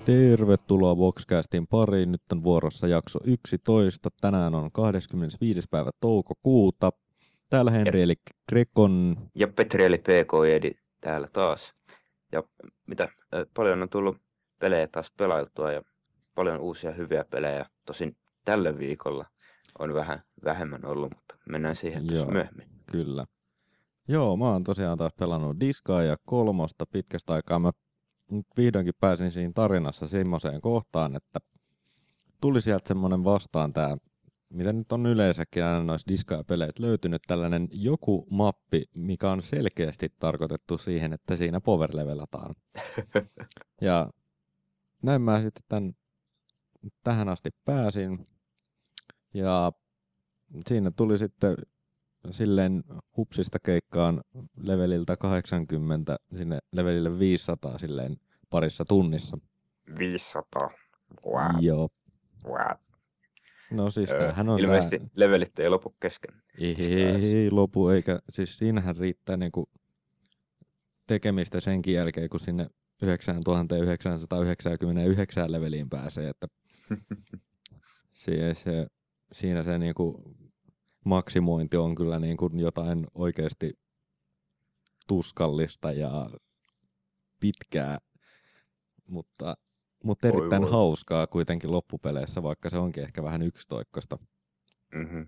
Tervetuloa Boxcastin pariin. Nyt on vuorossa jakso 11. Tänään on 25. päivä toukokuuta. Täällä Henri eli Grekon. Ja Petri eli PK-Edi täällä taas. Ja paljon on tullut pelejä taas pelailtua ja paljon uusia hyviä pelejä. Tosin tällä viikolla on vähän vähemmän ollut, mutta mennään siihen myöhemmin. Kyllä. Joo, mä oon tosiaan taas pelannut Disgaa ja 3 pitkästä aikaa. Mä nyt vihdoinkin pääsin siinä tarinassa semmoiseen kohtaan, että tuli sieltä semmoinen vastaan tää, mitä nyt on yleensäkin aina noissa Disgaea-peleissä löytynyt, tällainen joku mappi, mikä on selkeästi tarkoitettu siihen, että siinä powerlevelataan. Ja näin mä sitten tähän asti pääsin. Ja siinä tuli sitten silleen hupsista keikkaan leveliltä 80 sinne levelille 500 silleen parissa tunnissa. 500? What? Joo. What? No siis tämähän on ilmeisesti levelit ei lopu kesken. Ei lopu, eikä siis siinähän riittää niinku tekemistä senkin jälkeen, kun sinne 9999 leveliin pääsee, että siinä se niinku maksimointi on kyllä niinku jotain oikeasti tuskallista ja pitkää, mutta erittäin hauskaa kuitenkin loppupeleissä, vaikka se onkin ehkä vähän yksitoikkoista. Mm-hmm.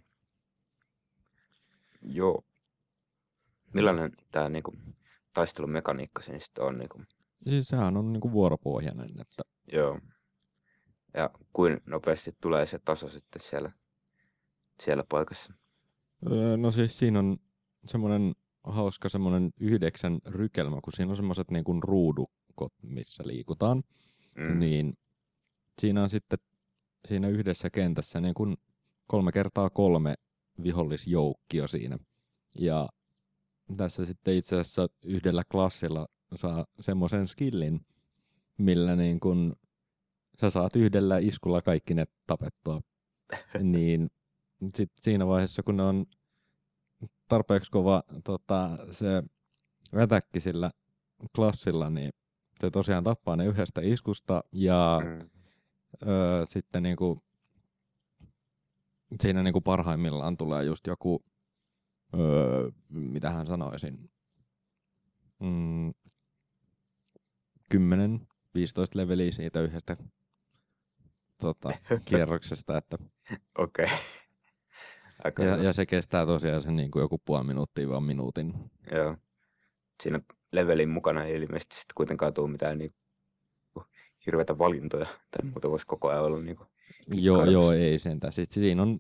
Joo. Millainen tämä niinku taistelumekaniikka siinä sitten on? Niinku? Siis sehän on niinku vuoropohjainen. Että... Joo. Ja kuin nopeasti tulee se taso sitten siellä paikassa? No siis siinä on semmoinen hauska semmoinen 9 rykelmä, kun siinä on semmoiset niin kuin ruudukot, missä liikutaan. Niin siinä on sitten siinä yhdessä kentässä niin kuin 3x3 vihollisjoukkio siinä. Ja tässä sitten itse asiassa yhdellä klassilla saa semmoisen skillin, millä niin kuin sä saat yhdellä iskulla kaikki ne tapettua. Niin sitten siinä vaiheessa, kun ne on tarpeeksi kova se ätäkki sillä klassilla, niin se tosiaan tappaa ne yhdestä iskusta ja sitten niinku, siinä niinku parhaimmillaan tulee just joku, mitähän sanoisin, 10-15 leveliä siitä yhdestä kierroksesta. Että okei. Ja se kestää tosiaan sen niin kuin joku puoli minuuttia vaan minuutin. Joo. Siinä levelin mukana ei ilmeisesti sitten kuitenkaan tule mitään niin hirveitä valintoja. Tai muuta voisi koko ajan olla niin Joo, ei sentään. Sitten siinä on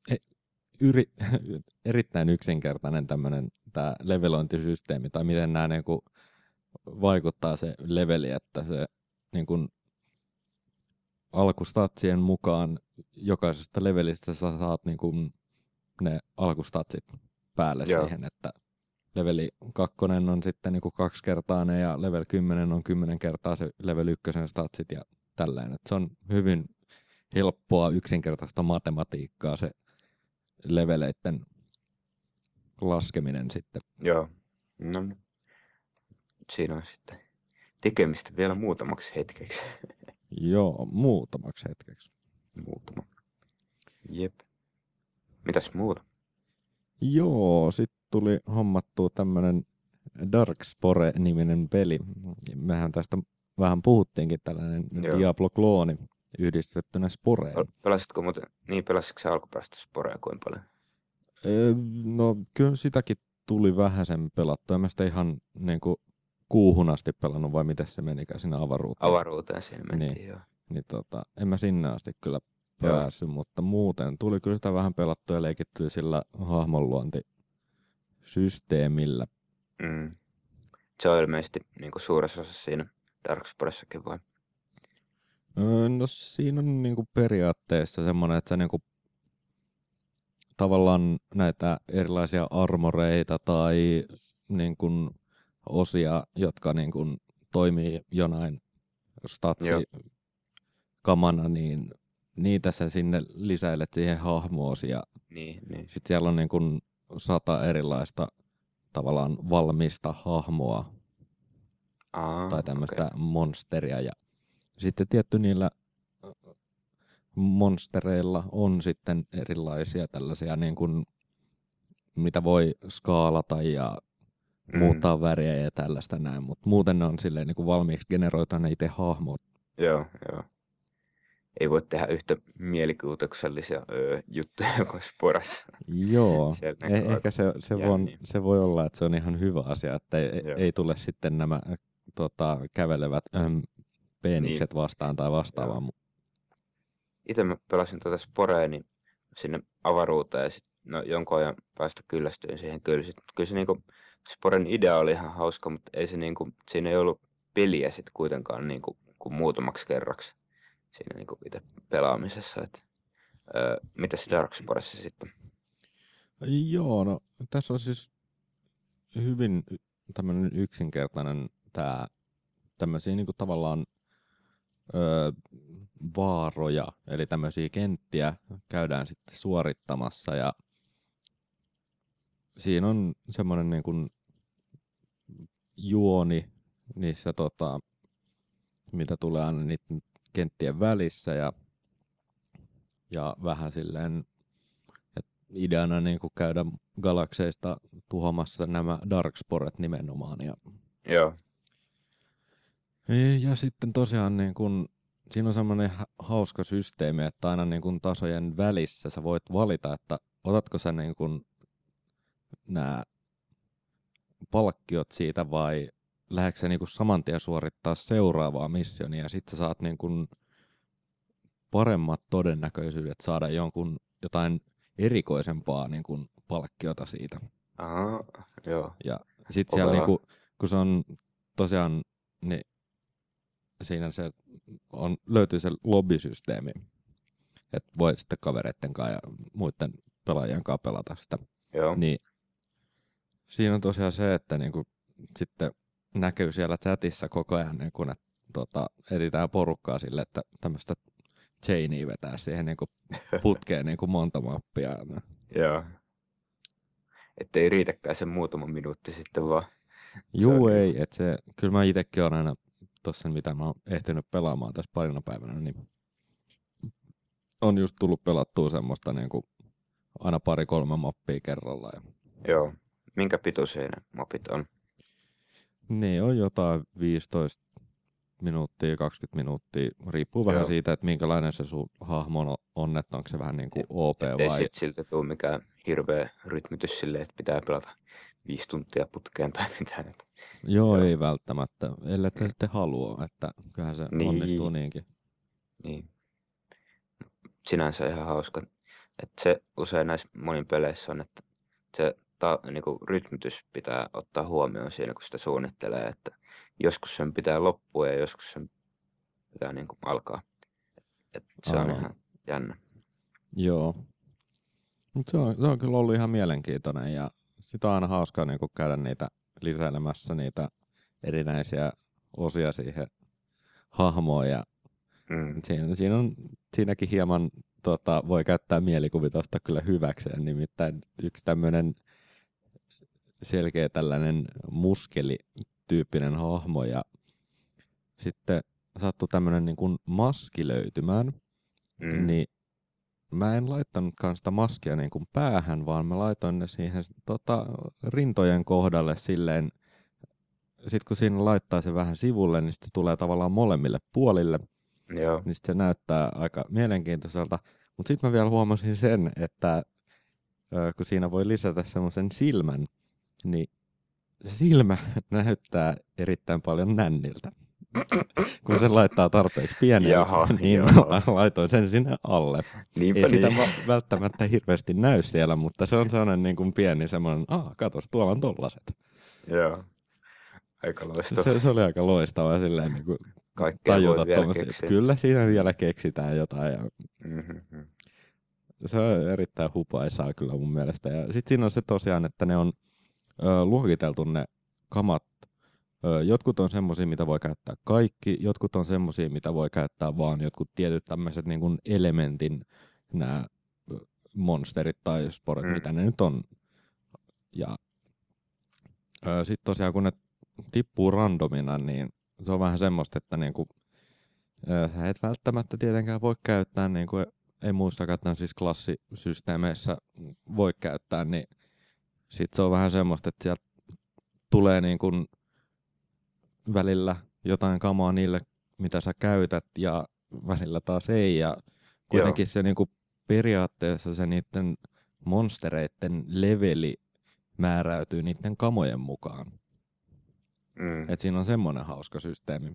erittäin yksinkertainen tämmöinen tämä levelointisysteemi, tai miten nämä niin kuin vaikuttaa se leveli, että se niin kuin alkustatsien mukaan jokaisesta levelistä sä saat niin kuin ne alkustatsit päälle siihen, että leveli 2 on sitten niinku 2-kertainen ja level 10 on 10 kertaa se level 1 statsit ja tälleen. Et se on hyvin helppoa yksinkertaista matematiikkaa se leveleiden laskeminen sitten. Joo. No, siinä on sitten tekemistä vielä muutamaksi hetkeksi. Joo, muutamaksi hetkeksi. Muutama. Jep. Mitäs muuta? Joo, sit tuli hommattua tämmönen Darkspore-niminen peli. Mehän tästä vähän puhuttiinkin, tällainen Diablo-klooni yhdistettynä Sporeen. Pelasitko sä alkuperäistä Sporea kuinka paljon? No kyllä sitäkin tuli vähäsen pelattua. En mä sitä ihan niinku kuuhun asti pelannut, vai miten se menikään sinne avaruuteen? Avaruuteen siinä mentiin, joo. Niin en mä sinne asti kyllä päässyt, mutta muuten tuli kyllä sitä vähän pelattua ja leikittyä sillä hahmonluontisysteemillä. Se on ilmeisesti niin kuin suuressa osassa siinä Darksporessakin vai? No siinä on niin kuin periaatteessa semmoinen, että sä niin kuin tavallaan näitä erilaisia armoreita tai niin kuin osia, jotka niin kuin toimii jonain statsikamana, niin niitä sä sinne lisäilet siihen hahmoosia. Niin. Sitten siellä on niin kuin 100 erilaista tavallaan valmista hahmoa tai tämmöistä monsteria. Ja sitten tietty niillä monstereilla on sitten erilaisia tällaisia niin kuin, mitä voi skaalata ja muuttaa väriä ja tällaista näin, mutta muuten ne on silleen niin kuin valmiiksi generoitua ne itse hahmot. Joo. Ei voi tehdä yhtä mielikuvituksellisia juttuja kuin Sporassa. Joo, ehkä jänniä. se voi olla, että se on ihan hyvä asia, että ei tule sitten nämä kävelevät peenikset vastaan tai vastaavaa. Itse mä pelasin tuota Sporea niin sinne avaruuteen ja sitten jonkun ajan päästä kyllästyin siihen. Kyllä se niinku, Sporen idea oli ihan hauska, mutta ei se niinku, siinä ei ollut peliä sitten kuitenkaan niinku, kuin muutamaksi kerraksi siinä niinku itse pelaamisessa. Mitäs Dark Sporessa sitten? Joo, no tässä on siis hyvin tämmöinen yksinkertainen tämmöisiä niinku tavallaan vaaroja, eli tämmöisiä kenttiä käydään sitten suorittamassa ja siinä on semmoinen niin kuin juoni niissä mitä tulee aina niiden kenttien välissä ja vähän silleen ideana niin kuin käydä galakseista tuhoamassa nämä Darksporet nimenomaan. Joo. Ja sitten tosiaan niin kun, siinä on semmoinen hauska systeemi, että aina niin kun tasojen välissä sä voit valita, että otatko sä niin kun nämä palkkiot siitä vai lähdetkö sä niin kun saman tien suorittaa seuraavaa missionia ja sitten sä saat niin kun paremmat todennäköisyydet saada jotain erikoisempaa niin kun palkkiota siitä. Aha, joo. Ja sitten siellä niin kun se on tosiaan niin siinä löytyy se lobbysysteemi, että voit sitten kavereitten kanssa ja muiden pelaajien kanssa pelata sitä. Joo. Niin siinä on tosiaan se, että niinku sitten näkyy siellä chatissa koko ajan, niin kun etsitään porukkaa sille, että tämmöistä chainia vetää siihen niinku putkeen niinku monta mappia. Joo. Ettei riitäkään se muutama minuutti sitten vaan. Juu ei, että se, kyllä mä itsekin olen aina tossa, mitä mä oon ehtinyt pelaamaan tässä parina päivänä, niin on just tullut pelattua semmoista niinku aina 2-3 mappia kerrallaan. Joo. Minkä pituisia ne mapit on? Niin on jotain 15 minuuttia, 20 minuuttia. Riippuu vähän siitä, että minkälainen se sun hahmo on, että onko se vähän niin kuin OP vai... Ettei sit siltä tule mikään hirveä rytmitys silleen, että pitää pelata 5 tuntia putkeen tai mitään. Joo, ei välttämättä. Ellei se sitten halua, että kyllähän se onnistuu niinkin. Niin. Sinänsä ihan hauska. Että se usein näissä monin peleissä on, että se niinku rytmitys pitää ottaa huomioon siinä, kun sitä suunnittelee, että joskus sen pitää loppua ja joskus sen pitää niinku alkaa. Se on ihan jännä. Joo. Mutta se on kyllä ollut ihan mielenkiintoinen ja sitä on aina hauskaa niinku käydä niitä lisäilemässä niitä erinäisiä osia siihen hahmoon ja siinäkin hieman voi käyttää mielikuvitusta kyllä hyväkseen, nimittäin yksi tämmöinen selkeä tällainen muskelityyppinen hahmo ja sitten sattui tämmöinen niin kuin maski löytymään, niin mä en laittanutkaan sitä maskia niin kuin päähän, vaan mä laitoin ne siihen rintojen kohdalle silleen, sit kun siinä laittaa se vähän sivulle, niin sitten tulee tavallaan molemmille puolille. Joo. Niin se näyttää aika mielenkiintoiselta. Mutta sitten mä vielä huomasin sen, että kun siinä voi lisätä semmoisen silmän, niin se silmä näyttää erittäin paljon nänniltä. Kun sen laittaa tarpeeksi pienellä, niin laitoin sen sinne alle. Niinpä ei sitä välttämättä hirveästi näy siellä, mutta se on sellainen niin kuin pieni semmoinen, katos, tuolla on tollaset. Joo, aika loistava. Se oli aika loistava silleen niin kuin tajuta tuommoista. Kyllä siinä vielä keksitään jotain. Ja se on erittäin hupaisaa kyllä mun mielestä. Ja sitten siinä on se tosiaan, että ne on luokiteltu ne kamat. Jotkut on semmosia, mitä voi käyttää kaikki. Jotkut on semmosia, mitä voi käyttää vaan jotkut tietyt tämmöiset niin kuin elementin nämä monsterit tai sporet, mitä ne nyt on. Ja sitten tosiaan kun ne tippuu randomina, niin se on vähän semmoista, että niinku, Sä et välttämättä tietenkään voi käyttää, niin kuin ei muistakaan siis klassisysteemeissä voi käyttää, niin sit se on vähän semmoista, että sieltä tulee niin kuin välillä jotain kamaa niille, mitä sä käytät, ja välillä taas ei, ja kuitenkin se niin kuin periaatteessa se niiden monstereiden leveli määräytyy niiden kamojen mukaan. Et siinä on semmoinen hauska systeemi.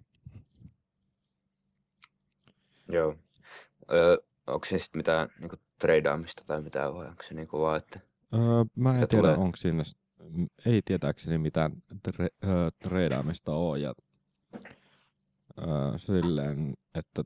Joo. Onko se sitten mitään niinku treidaamista tai mitään, vai onko se niinku vaan, että... Mä en tiedä, onko siinä... Ei tietääkseni mitään treidaamista ole. Ja, silleen, että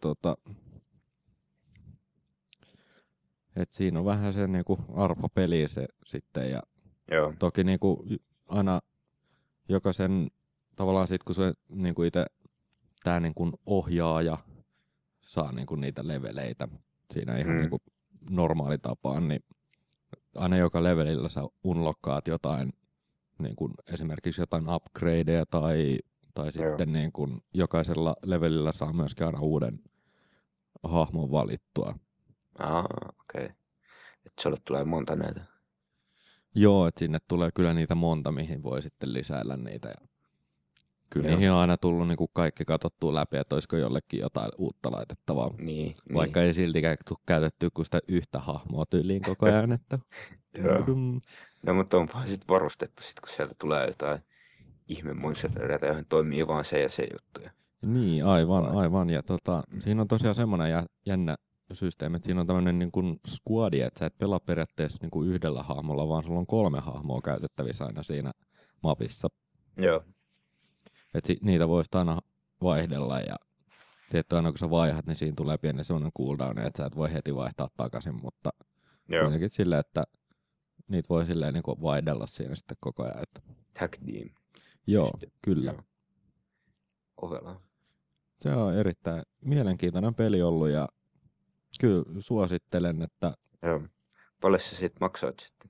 et siinä on vähän se niinku arpapeli se sitten. Ja Joo. toki niinku aina jokaisen... Tavallaan sit kun se niinku itse tää niinku ohjaaja saa niinku niitä leveleitä siinä ihan niinku normaali tapaan, niin aina joka levelillä sä unlockkaat jotain, niinku esimerkiksi jotain upgradeja tai sitten niinku jokaisella levelillä saa myöskin aina uuden hahmon valittua. Okei. Että sulle tulee monta näitä. Joo, että sinne tulee kyllä niitä monta, mihin voi sitten lisäillä niitä. Ja kyllä niihin on aina tullut niinku kaikki katsottua läpi, että olisiko jollekin jotain uutta laitettavaa. Niin. Vaikka ei siltikään tule käytettyä kuin sitä yhtä hahmoa tyyliin koko ajan. Että... Joo. No mutta onpahan sitten varustettu, kun sieltä tulee jotain ihmemonstereita, joihin toimii vaan se ja se juttu. Niin, aivan. Ja siinä on tosiaan semmoinen jännä systeemi, että siinä on tämmöinen niin kuin squadi, että sä et pelaa periaatteessa niin kuin yhdellä hahmolla, vaan sulla on 3 hahmoa käytettävissä aina siinä mapissa. Joo. Että niitä voi aina vaihdella ja tietty aina kun sä vaihdat, niin siinä tulee pieni semmoinen cooldown, että sä et voi heti vaihtaa takaisin, mutta kuitenkin silleen, että niitä voi silleen niin kuin vaihdella siinä sitten koko ajan. Että... Tag team. Joo, kyllä. Joo. Ovela. Se on erittäin mielenkiintoinen peli ollut ja kyllä suosittelen, että... Joo. Paljon sä sit maksoit sitten?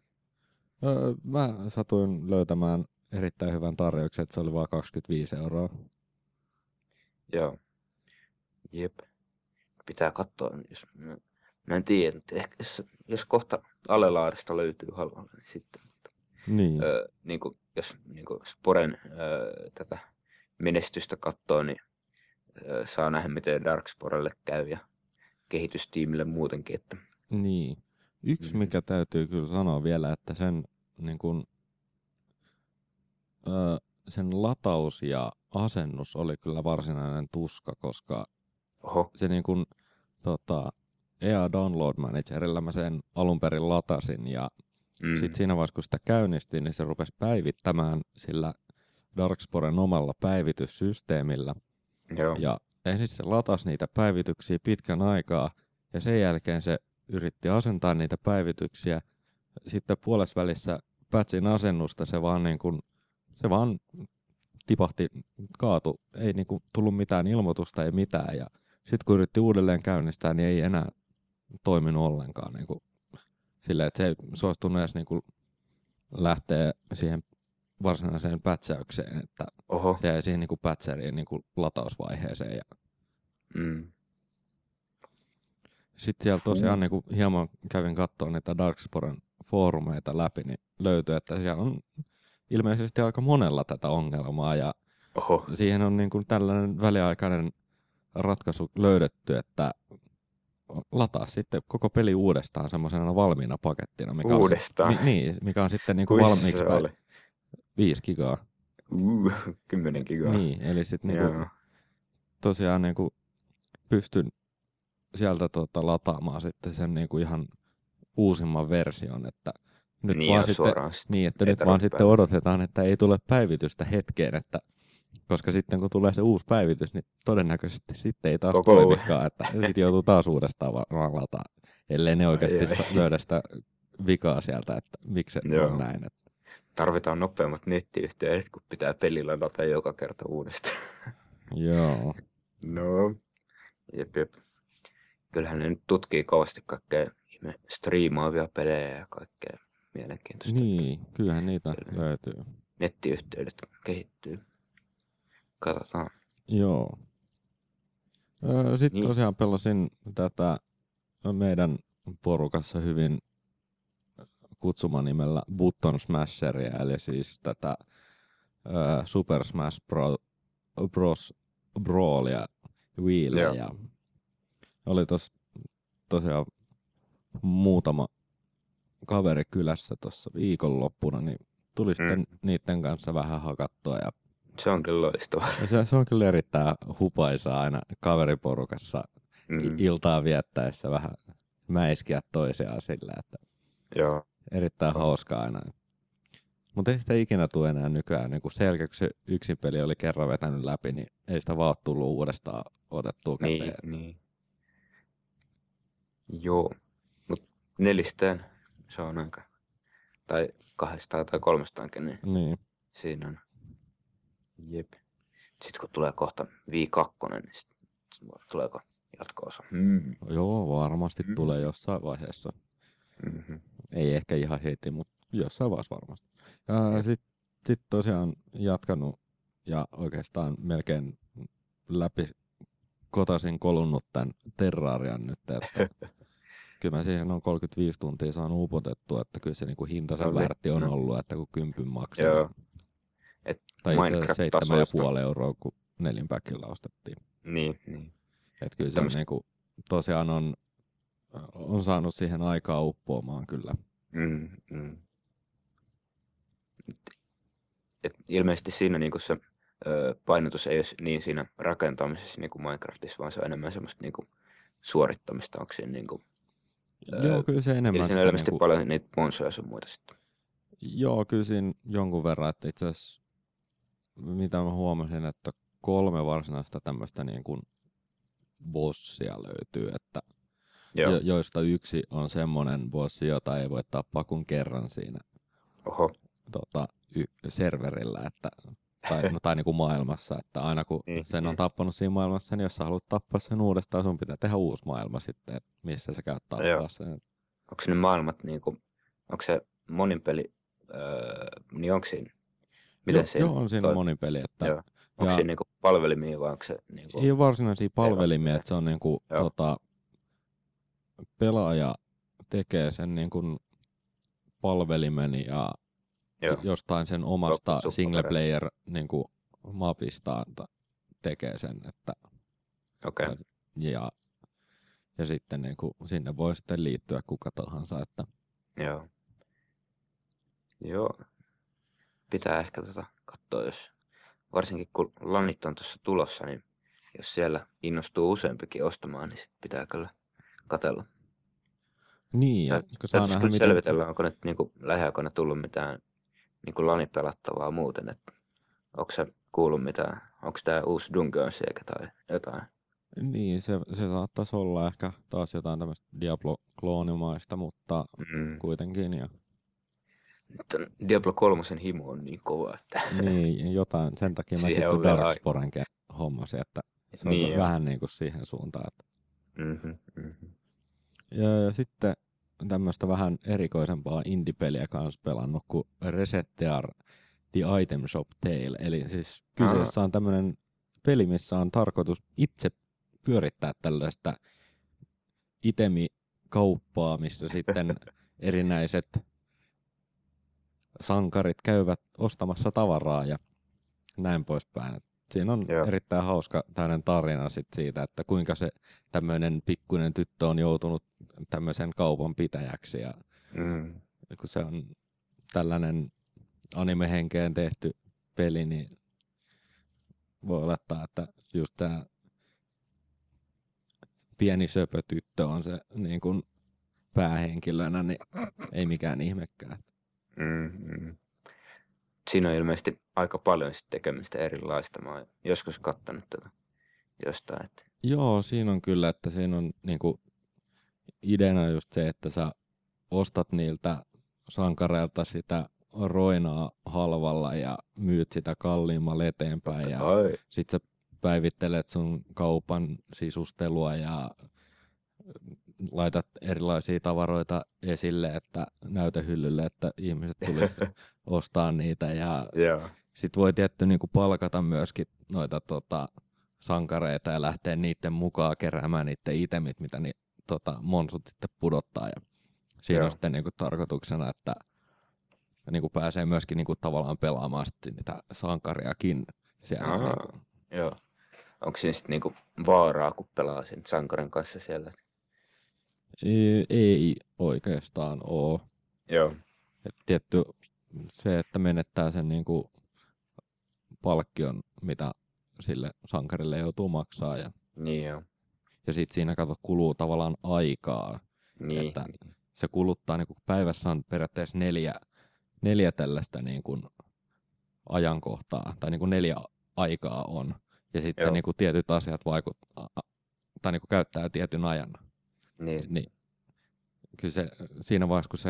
Mä satuin löytämään erittäin hyvän tarjouksen, että se oli vaan 25 €. Joo. Jep. Pitää katsoa, jos... Mä en tiedä, että ehkä jos kohta alelaarista löytyy halvalla, niin sitten... Niin. Niin kuin, jos niin kuin Sporen tätä menestystä katsoo, niin saa nähdä, miten Darksporelle käy ja kehitystiimille muutenkin. Että... Niin. Yksi, mikä täytyy kyllä sanoa vielä, että sen, niin kun, sen lataus ja asennus oli kyllä varsinainen tuska, koska se niin kun, EA Download Managerilla mä sen alun perin latasin ja sitten siinä vaiheessa, kun sitä käynnistin, niin se rupesi päivittämään sillä Darksporen omalla päivityssysteemillä. Joo. Ja ensin se latasi niitä päivityksiä pitkän aikaa ja sen jälkeen se yritti asentaa niitä päivityksiä. Sitten puolesvälissä patchin asennusta se vaan tipahti, kaatu. Ei niinku tullut mitään ilmoitusta, ei mitään. Ja sitten kun yritti uudelleen käynnistää, niin ei enää toiminut ollenkaan. Niinku, silleen, että se ei suostunut edes niinku lähteä siihen varsinaiseen pätsäykseen, että se jäi siihen niinku pätseriin niinku latausvaiheeseen. Ja... Sitten siellä tosiaan niinku hieman kävin katsoa niitä Darksporen foorumeita läpi, niin löytyi, että siellä on ilmeisesti aika monella tätä ongelmaa ja siihen on niinku tällainen väliaikainen ratkaisu löydetty, että lataa sitten koko peli uudestaan semmoisena valmiina pakettina. Mikä uudestaan? On, mikä on sitten niinku valmiiksi 5 gigaa. 10 gigaa. Niin, eli sitten niinku, tosiaan niinku pystyn sieltä lataamaan sitten sen niinku ihan uusimman version, että nyt niin vaan nyt vaan sitten odotetaan, että ei tule päivitystä hetkeen, että koska sitten kun tulee se uusi päivitys, niin todennäköisesti sitten ei taas toimikaan, että sitten joutuu taas uudestaan vaan lataa, ellei ne oikeasti löydä sitä vikaa sieltä, että miksi se on näin. Että... Tarvitaan nopeammat nettiyhteydet, kun pitää peli ladata joka kerta uudestaan. Joo. No, jep. Kyllähän ne nyt tutkii kovasti kaikkea striimaavia pelejä ja kaikkea mielenkiintoista. Niin, kyllähän niitä löytyy. Nettiyhteydet kehittyy. Katsotaan. Joo. Sitten Niin. tosiaan pelasin tätä meidän porukassa hyvin kutsumanimellä Button Smasheria, eli siis tätä Super Smash Bros. Brawlia Wiille. Joo. Ja oli tosiaan muutama kaveri kylässä tuossa viikonloppuna, niin tuli sitten niiden kanssa vähän hakattua. Ja Se on kyllä loistavaa. se on kyllä erittäin hupaisaa aina kaveriporukassa iltaa viettäessä vähän mäiskiä toisiaan sillä, että Joo. erittäin hauskaa aina. Mutta ei sitä ikinä tule enää nykyään. Niin kun selkeä, kun se yksin peli oli kerran vetänyt läpi, niin ei sitä vaan tullut uudestaan otettua käteen. Niin. Joo. Mut 4 se on aika. Tai 200 tai 300, niin siinä on. Jep. Sitten kun tulee kohta V2, niin tuleeko jatko-osa? Joo, varmasti tulee jossain vaiheessa. Mm-hmm. Ei ehkä ihan heti, mutta jossain vaiheessa varmasti. Ja sit tosiaan jatkanut ja oikeastaan melkein läpi kotasin kolunnut tämän Terrarian nyt, että kyllä mä siihen on 35 tuntia saanut upotettua, että kyllä se niinku hintansa väärti on ollut, että kun 10 maksaa. Joo. Tai itse asiassa 7,5 euroa, kun 4-päkillä ostettiin. Niin. Että kyllä se niinku, tosiaan on saanut siihen aikaa uppoamaan kyllä. Et ilmeisesti siinä niinku se painotus ei ole niin siinä rakentamisessa niin kuin Minecraftissa, vaan se on enemmän semmoista niinku suorittamista. Onko siinä niinku... Joo, kyllä se enemmän sitä ilmeisesti niinku... paljon niitä bonsoja sun muita sitten. Joo, kyllä siinä jonkun verran, että itse asiassa mitä mä huomasin, että 3 varsinaista tämmöistä niin kuin bossia löytyy, että joista yksi on semmoinen bossi, jota ei voi tappaa kuin kerran siinä serverillä, että, tai niin kuin maailmassa, että aina kun sen on tappanut siinä maailmassa, niin jos sä haluat tappaa sen uudestaan, sun pitää tehdä uusi maailma sitten, missä sä käyt tappaa sen. Onko ne maailmat, niinku, onko se monin peli, niin onko siinä? Joo, on siinä monin peli. Että, onko siinä niinku palvelimia vai onko se... Niinku... Ei ole varsinaisia palvelimia, että se on niinku, pelaaja tekee sen niinku palvelimen ja jostain sen omasta single player niinku mapistaan tekee sen, että ja sitten niinku sinne voi sitten liittyä kuka tahansa, että Joo. Pitää ehkä katsoa, jos varsinkin kun lanit on tuossa tulossa, niin jos siellä innostuu useampikin ostamaan, niin sit pitää kyllä katsella. Niin, ja täytyisi kyllä selvitellä, onko nyt niinku lähiaikoina tullut mitään niinku lanipelattavaa muuten, että onko se kuullut mitään, onko tää uusi Dungeons eikä tai jotain? Niin, se saattaisi olla ehkä taas jotain tämmöistä Diablo-kloonimaista, mutta kuitenkin. Ja... Diablo 3 himo on niin kova, että... Niin, jotain. Sen takia mäkin tuon Darksporenkin hommasin, että se on niin vähän niin kuin siihen suuntaan. Että... Ja sitten tämmöistä vähän erikoisempaa indie-peliä kanssa pelannut kuin Resettear The Item Shop Tale. Eli siis kyseessä on tämmöinen peli, missä on tarkoitus itse pyörittää tällaista itemikauppaa, missä sitten erinäiset sankarit käyvät ostamassa tavaraa ja näin poispäin. Siinä on erittäin hauska tämmöinen tarina sit siitä, että kuinka se tämmöinen pikkuinen tyttö on joutunut tämmöisen kaupan pitäjäksi. Ja kun se on tällainen anime-henkeen tehty peli, niin voi olettaa, että just tämä pieni söpötyttö on se niin kuin päähenkilönä, niin ei mikään ihmekään. Siinä on ilmeisesti aika paljon tekemistä erilaista. Mä oon joskus kattanut tätä jostain. Että... Joo, siinä on kyllä, että siinä on niinku ideana just se, että sä ostat niiltä sankareilta sitä roinaa halvalla ja myyt sitä kalliimmalla eteenpäin. Ja sit sä päivittelet sun kaupan sisustelua ja laitat erilaisia tavaroita esille, että näytehyllylle, että ihmiset tulisi ostaa niitä ja sit voi tietty niinku palkata myöskin noita sankareita ja lähtee niiden mukaan keräämään niiden itemit, mitä monsut sitten pudottaa. Ja siinä on sitten niinku tarkoituksena, että niinku pääsee myöskin niinku tavallaan pelaamaan sitten niitä sankariakin siellä. Niinku. Joo. Onko siinä sitten niinku vaaraa, kun pelaa sen sankarin kanssa siellä? Ei oikeastaan ole. Joo. Et tietty se, että menettää sen niinku palkkion, mitä sille sankarille joutuu maksaa. Niin joo. Ja sitten siinä kuluu tavallaan aikaa. Niin. Että se kuluttaa, niinku päivässä on periaatteessa neljä tällaista niinku ajankohtaa, tai niinku 4 aikaa on. Ja sitten niinku tietyt asiat vaikuttaa, tai niinku käyttää tietyn ajan. Niin. Kyllä se, siinä vaiheessa, kun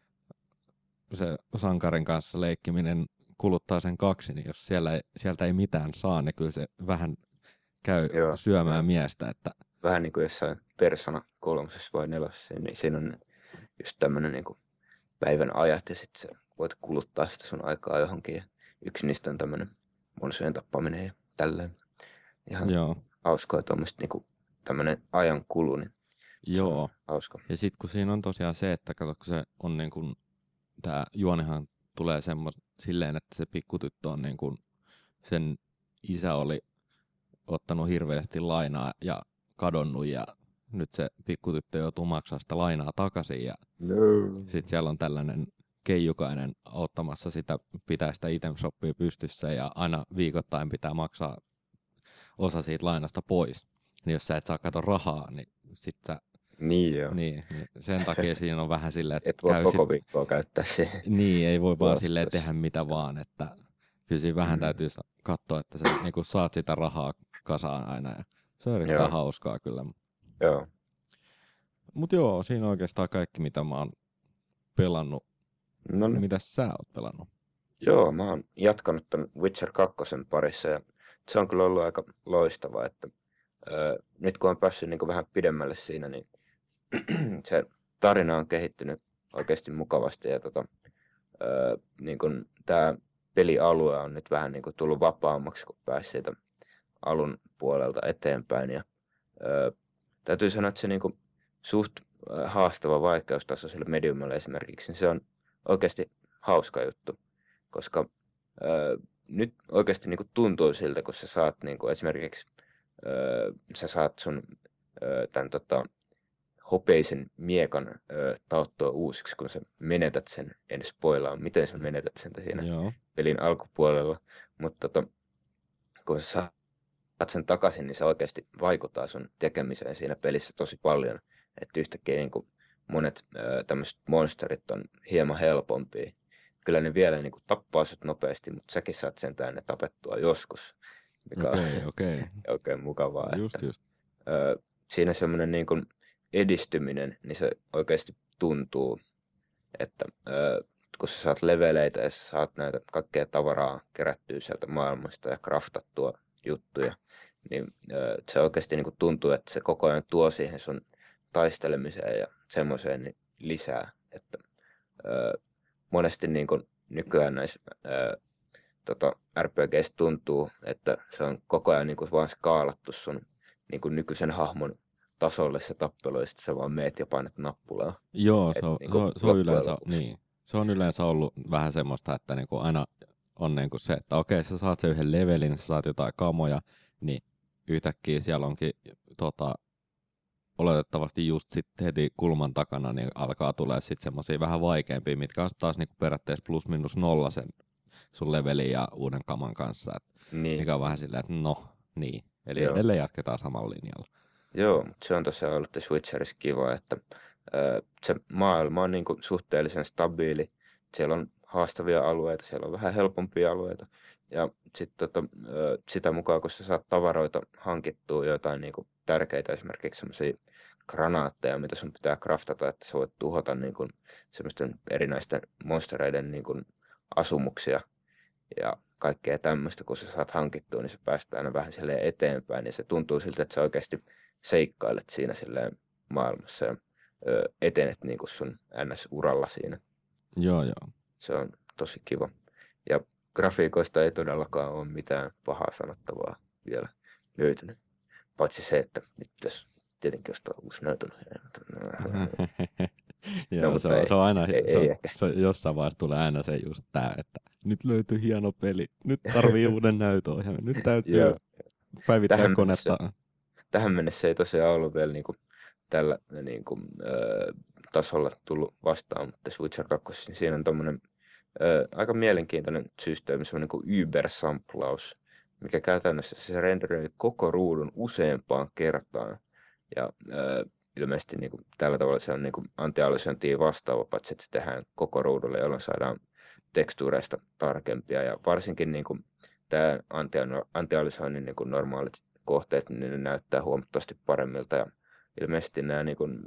se sankarin kanssa leikkiminen kuluttaa sen 2, niin jos sieltä ei mitään saa, niin kyllä se vähän käy syömään miestä. Että vähän niin kuin jossain Persona 3 vai 4, niin siinä on just tämmöinen niin kuin päivän ajat ja sitten sä voit kuluttaa sitä sun aikaa johonkin. Ja yksi niistä on tämmöinen monsujen tappaminen ja tälleen. Ihan hauskaa tuommoista niin kuin tämmöinen ajan kulu, niin joo. Hauska. Ja sitten kun siinä on tosiaan se, että kato, kun se on niin kuin, tää juonihan tulee silleen, että se pikkutyttö on niin kuin, sen isä oli ottanut hirveästi lainaa ja kadonnut ja nyt se pikkutyttö joutuu maksaa sitä lainaa takaisin ja sitten siellä on tällainen keijukainen auttamassa sitä, pitää sitä item shoppia pystyssä ja aina viikoittain pitää maksaa osa siitä lainasta pois. Niin jos sä et saa kato rahaa, niin sit sä Niin, sen takia siinä on vähän silleen, että et voi koko viikkoa käyttää siihen. Niin, ei voi vaan silleen tehdä mitä vaan, että kyllä siinä vähän täytyy katsoa, että sä niinku saat sitä rahaa kasaan aina ja se on erittäin hauskaa kyllä. Joo. Mut joo, siinä on oikeastaan kaikki mitä mä oon pelannut. Noniin. Mitäs sä oot pelannut? Joo, mä oon jatkanut tämän Witcher 2 parissa ja se on kyllä ollut aika loistava, että nyt kun on päässyt niin kuin vähän pidemmälle siinä, niin se tarina on kehittynyt oikeasti mukavasti ja niin kuin tämä pelialue on nyt vähän niin kuin tullut vapaammaksi, kun pääsi siitä alun puolelta eteenpäin ja täytyy sanoa, että se niin kuin suht haastava vaikeustaso sille mediumille esimerkiksi, niin se on oikeasti hauska juttu, koska nyt oikeasti niin kuin tuntuu siltä, kun sä saat niin kuin esimerkiksi sä saat sun tämän hopeisen miekan taottua uusiksi, kun sä menetät sen, en spoilaa, miten sä menetät sen siinä pelin alkupuolella, mutta kun sä saat sen takaisin, niin se oikeasti vaikuttaa sun tekemiseen siinä pelissä tosi paljon, että yhtäkkiä niin kuin monet tämmöiset monsterit on hieman helpompia. Kyllä ne vielä niin kuin tappaa sut nopeasti, mutta säkin saat sentään ne tapettua joskus, mikä on oikein mukavaa. Just. Siinä semmoinen niin kuin edistyminen, niin se oikeasti tuntuu, että kun sä saat leveleitä ja sä saat näitä kaikkea tavaraa kerättyä sieltä maailmasta ja craftattua juttuja, niin se oikeasti niin kuin tuntuu, että se koko ajan tuo siihen sun taistelemiseen ja semmoiseen niin lisää, että monesti niin kuin nykyään näissä RPG:ssä tuntuu, että se on koko ajan niin kuin vaan skaalattu sun niin kuin nykyisen hahmon tasolle se tappelu, ja sitten sä vaan meet ja painat nappulaa. Joo, se on yleensä, niin. Se on yleensä ollut vähän semmoista, että niinku aina on niinku se, että okei, sä saat sen yhden levelin, sä saat jotain kamoja, niin yhtäkkiä siellä onkin oletettavasti just sitten heti kulman takana niin alkaa tulee sitten semmosia vähän vaikeampia, mitkä on taas niinku periaatteessa plus minus nolla sen sun levelin ja uuden kaman kanssa. Niin. Mikä on vähän silleen, että no, niin. Eli edelleen jatketaan samalla linjalla. Joo, mutta se on tosiaan ollut tässä Witcherissa kiva, että se maailma on niinku suhteellisen stabiili. Siellä on haastavia alueita, siellä on vähän helpompia alueita. Ja sitten sitä mukaan, kun sä saat tavaroita hankittua, jotain niinku tärkeitä, esimerkiksi semmoisia granaatteja, mitä sun pitää craftata, että sä voit tuhota niinku semmoisten erinäisten monstereiden niinku asumuksia ja kaikkea tämmöistä, kun sä saat hankittua, niin se päästään aina vähän silleen eteenpäin, ja se tuntuu siltä, että sä oikeasti seikkailet siinä silleen maailmassa ja etenet niin kuin sun NS-uralla siinä. Joo. Se on tosi kiva. Ja grafiikoista ei todellakaan ole mitään pahaa sanottavaa vielä löytynyt. Paitsi se, että nyt jos tietenkin ostaa uusi näytelmä. No, Joo, mutta se on aina, ei ehkä. se jossain vaiheessa tulee aina se just tää, että nyt löytyi hieno peli, nyt tarvii uuden näytöohjelman, nyt täytyy Joo. päivittää konetta. Tähän mennessä ei tosiaan ollut vielä niinku tällä niinku, tasolla tullut vastaan, mutta Witcher 2, niin siinä on tommonen aika mielenkiintoinen systeemi, semmoinen kuin Uber-samplaus, mikä käytännössä se renderöi koko ruudun useampaan kertaan. Ja ilmeisesti niin kuin, tällä tavalla se on niin kuin anti-alisointiin vastaava, paitsi että se tehdään koko ruudulle, jolloin saadaan tekstuureista tarkempia. Ja varsinkin niin kuin, tämä anti-alisoinnin niin kuin normaalit kohteet, niin ne näyttää huomattavasti paremmilta. Ja ilmeisesti nämä niin kuin,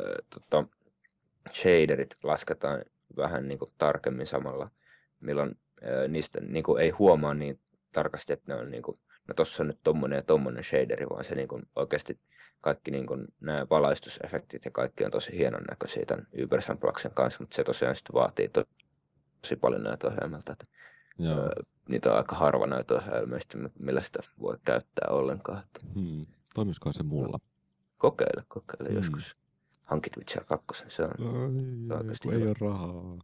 shaderit lasketaan vähän niin kuin tarkemmin samalla, milloin niistä niin kuin ei huomaa niin tarkasti, että ne on niin kuin, no tossa on nyt tommonen ja tommonen shaderi, vaan se niin kuin oikeasti kaikki niin kuin nämä valaistusefektit ja kaikki on tosi hienon näköisiä tämän Uber-samplauksen kanssa, mutta se tosiaan sitten vaatii tosi paljon näytöohjelmalta, että niitä on aika harva näytöohjelma, millä sitä voi käyttää ollenkaan. Toimisiko se mulla? Kokeile joskus. Hankit Witcher 2, se on oikeasti ei ole rahaa.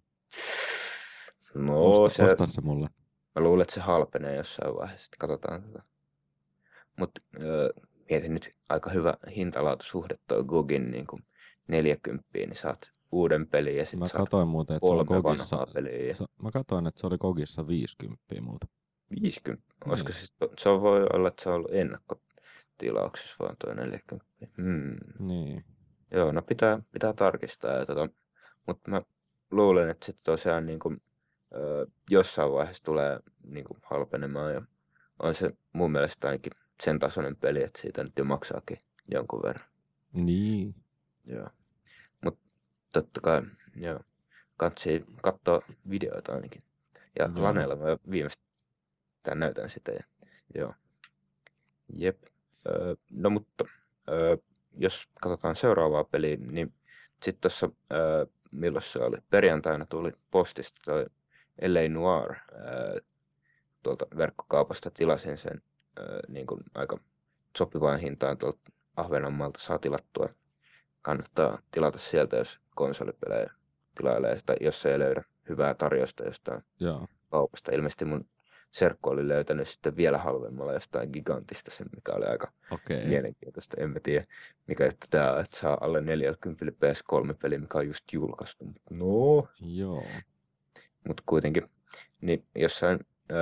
No, osta se mulle. Mä luulen, että se halpenee jossain vaiheessa, sitten katsotaan tätä. Mutta mietin nyt aika hyvä hintalaatusuhde toi GOGin niin kuin 40, niin saat uuden pelin ja sitten saat muuten, että 3 vanhaa peliä. Mä katsoin, että se oli GOGissa 50 muuta. 50? Olisiko se voi olla, että se on ollut ennakkotilauksessa vaan tuo 40. Niin. Joo, no pitää tarkistaa. Mutta mä luulen, että sitten tosiaan niin kuin, jossain vaiheessa tulee niin kuin halpenemaan. Ja on se mun mielestä ainakin sen tasoinen peli, että siitä nyt jo maksaakin jonkun verran. Niin. Joo. Mutta totta kai, joo. Katsii katsoa videoita ainakin. Ja Laneella mä viimeistään näytän sitä. Ja, joo. Jep. No mutta... jos katsotaan seuraavaa peliä, niin sitten tuossa, milloin se oli, perjantaina tuli postista toi LA Noire, tuolta verkkokaupasta tilasin sen niin kuin aika sopivaan hintaan tuolta Ahvenanmaalta saa tilattua. Kannattaa tilata sieltä, jos konsolipelejä tilailee, tai jos ei löydä hyvää tarjosta jostain kaupasta. Ilmeisesti mun serkku oli löytänyt sitten vielä halvemmalla jostain Gigantista sen, mikä oli aika mielenkiintoista. En mä tiedä, mikä juttu tää on, että saa alle 40 PS3-peli, mikä on just julkaistu. No. Joo. Mutta kuitenkin, niin jossain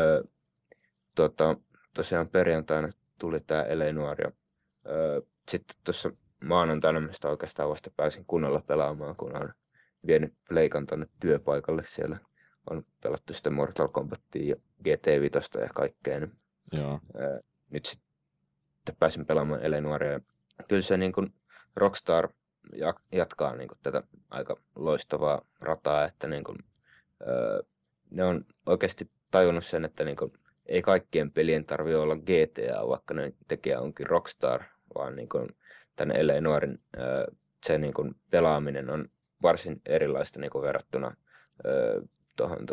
tosiaan perjantaina tuli tää LA Noire. Ja sitten tuossa maanantaina mistä oikeastaan vasta pääsin kunnolla pelaamaan, kun olen vienyt pleikan tonne työpaikalle. Siellä on pelattu sitten Mortal Kombatia ja GT5 ja kaikkea. Niin, nyt sitten pääsin pelaamaan LA Noirea. Kyllä se niin kuin Rockstar jatkaa niin kuin tätä aika loistavaa rataa, että niin kuin, ne on oikeasti tajunnut sen, että niin kuin, ei kaikkien pelien tarvitse olla GTA, vaikka ne tekijä onkin Rockstar, vaan niin kuin, tämän LA Noiren se niin kuin, pelaaminen on varsin erilaista niin kuin, verrattuna tuohon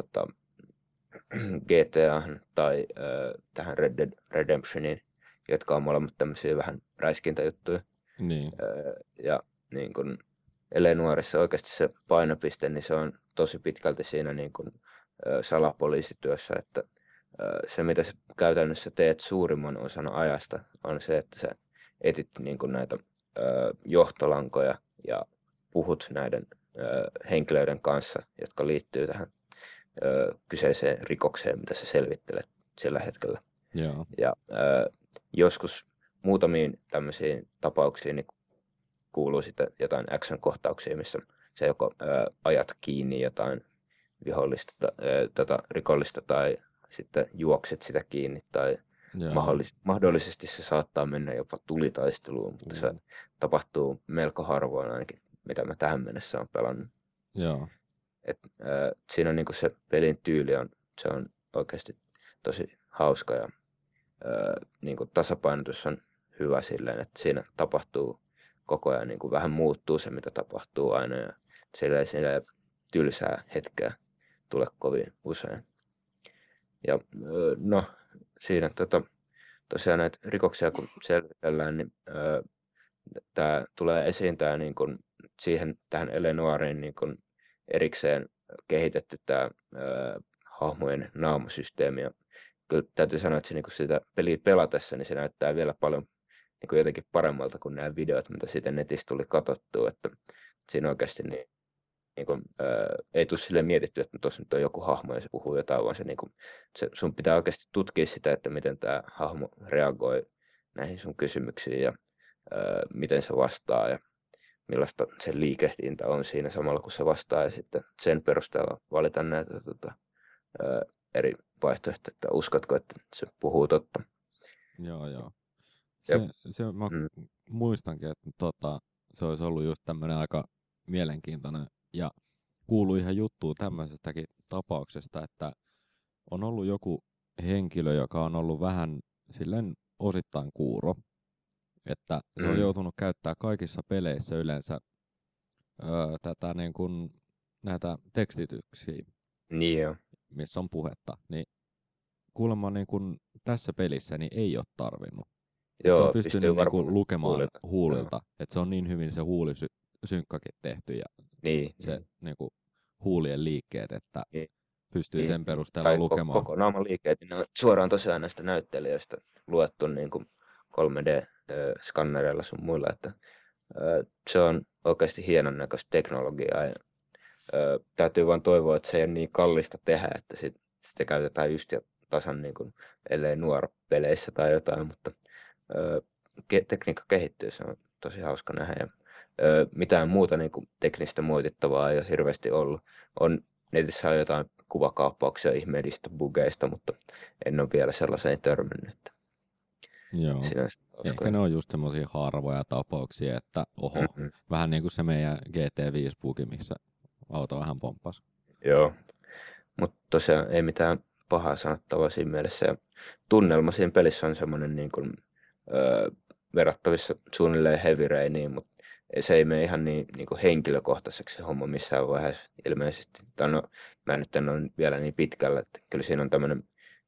GTAhan tai tähän Red Dead Redemptioniin, jotka on molemmat tämmöisiä vähän räiskintäjuttuja. Niin. Ja niin kun LA Noiressa oikeasti se painopiste, niin se on tosi pitkälti siinä niin kun, salapoliisityössä, että se mitä sä käytännössä teet suurimman osan ajasta on se, että sä etit niin kun näitä johtolankoja ja puhut näiden henkilöiden kanssa, jotka liittyy tähän kyseiseen rikokseen, mitä sä selvittelet sillä hetkellä. Joo. Ja joskus muutamiin tämmöisiin tapauksiin niin kuuluu sitten jotain action-kohtauksia, missä sä joko ajat kiinni jotain vihollista, rikollista tai sitten juokset sitä kiinni tai mahdollisesti se saattaa mennä jopa tulitaisteluun, mutta se tapahtuu melko harvoin ainakin, mitä mä tähän mennessä olen pelannut. Joo. Siinä on niinku se pelin tyyli se on oikeasti tosi hauska ja niinku tasapainotus on hyvä silleen, että siinä tapahtuu koko ajan niinku vähän muuttuu se mitä tapahtuu aina ja sillä ei tylsää hetkeä tule kovin usein. Ja no siinä tosiaan näitä rikoksia kun selvitellään, niin tämä tulee esiin tämä niin kuin tähän Eleanoreen niin kuin erikseen kehitetty tämä hahmojen naamasysteemi. Ja kyllä täytyy sanoa, että se, niin kuin sitä peliä pelatessa, niin se näyttää vielä paljon niin kuin jotenkin paremmalta kuin nämä videot, mitä siitä netistä tuli katsottua. Että siinä oikeasti niin kuin, ei tule silleen mietitty, että tuossa nyt on joku hahmo ja se puhuu jotain, vaan sun pitää oikeasti tutkia sitä, että miten tämä hahmo reagoi näihin sun kysymyksiin ja miten se vastaa ja millaista sen liikehdintä on siinä samalla kun se vastaa ja sitten sen perusteella valita näitä eri vaihtoehtoja, että uskotko, että se puhuu totta. Joo. Jep. Mä muistankin, että se olisi ollut just tämmöinen aika mielenkiintoinen ja kuului ihan juttua tämmöisestäkin tapauksesta, että on ollut joku henkilö, joka on ollut vähän silleen osittain kuuro, että se on joutunut käyttää kaikissa peleissä yleensä tätä niin kuin näitä tekstityksiä, Niin jo. missä on puhetta, niin kuulemma niin kuin tässä pelissä niin ei ole tarvinnut. Joo, se on pystynyt niin kuin lukemaan huulilta, että se on niin hyvin se huulisynkkakin tehty ja se niin kuin huulien liikkeet, että pystyy sen perusteella lukemaan. Koko naaman liikkeet, niin ne on suoraan tosiaan näistä näyttelijöistä luettu niin kuin 3D-skannereilla sun muilla, että se on oikeasti hienon näköistä teknologiaa ja täytyy vaan toivoa, että se ei ole niin kallista tehdä, että sitä käytetään just ja tasan niin kuin, ellei nuora-peleissä tai jotain, mutta tekniikka kehittyy, se on tosi hauska nähdä ja mitään muuta niin kuin teknistä moitittavaa ei ole hirveästi ollut. Netissä on jotain kuvakaappauksia ihmeellisistä bugeista, mutta en ole vielä sellaiseen törmännyt. Joo, ehkä ne on just semmoisia harvoja tapauksia, että vähän niin kuin se meidän GT5-bugi, missä auto vähän pomppasi. Joo, mutta tosiaan ei mitään pahaa sanottavaa siinä mielessä. Ja tunnelma siinä pelissä on semmoinen niin kuin, verrattavissa suunnilleen Heavy Rainiin, mutta se ei mene ihan niin kuin henkilökohtaiseksi se homma missään vaiheessa ilmeisesti. Mä nyt en ole vielä niin pitkällä, että kyllä siinä on tämmöinen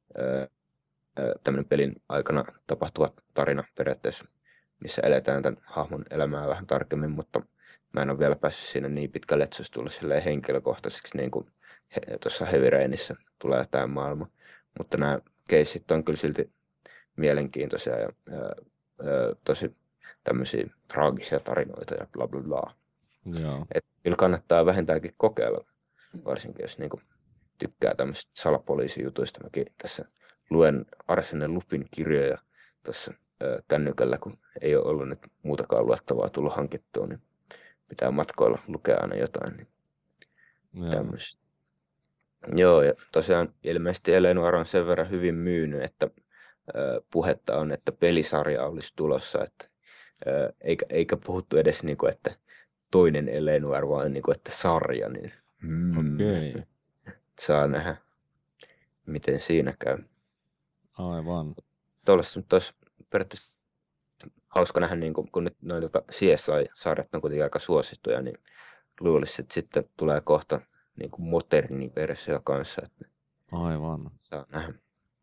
pelin aikana tapahtuva tarina periaatteessa, missä eletään tämän hahmon elämää vähän tarkemmin, mutta mä en ole vielä päässyt siinä niin pitkälle, että se olisi tullut silleen henkilökohtaiseksi, niin kuin tuossa Heavy Rainissa tulee tämä maailma. Mutta nämä keissit on kyllä silti mielenkiintoisia ja tosi tämmöisiä traagisia tarinoita ja bla bla bla. Joo. Et kyllä kannattaa vähintäänkin kokeilla, varsinkin jos niinku tykkää tämmöisistä salapoliisijutuista. Mäkin tässä luen Arsene Lupin kirjoja tuossa kännykällä, kun ei ole ollut nyt muutakaan luettavaa tullut hankittua, niin pitää matkoilla lukea aina jotain. Niin tämmöistä. Joo, ja tosiaan ilmeisesti Eleanor on sen verran hyvin myynyt, että puhetta on, että pelisarja olisi tulossa, että eikä puhuttu edes niinku, että toinen Eleanor, vaan niinku, että sarja, niin Okei. Saa nähdä, miten siinä käy. Aivan. Tuollaista nyt olisi periaatteessa hauska nähdä, niin kun nyt noita CSI-sarjat on kuitenkin aika suosittuja, niin luulisin, että sitten tulee kohta niin kuin moderni versio kanssa. Että aivan. Saa nähdä.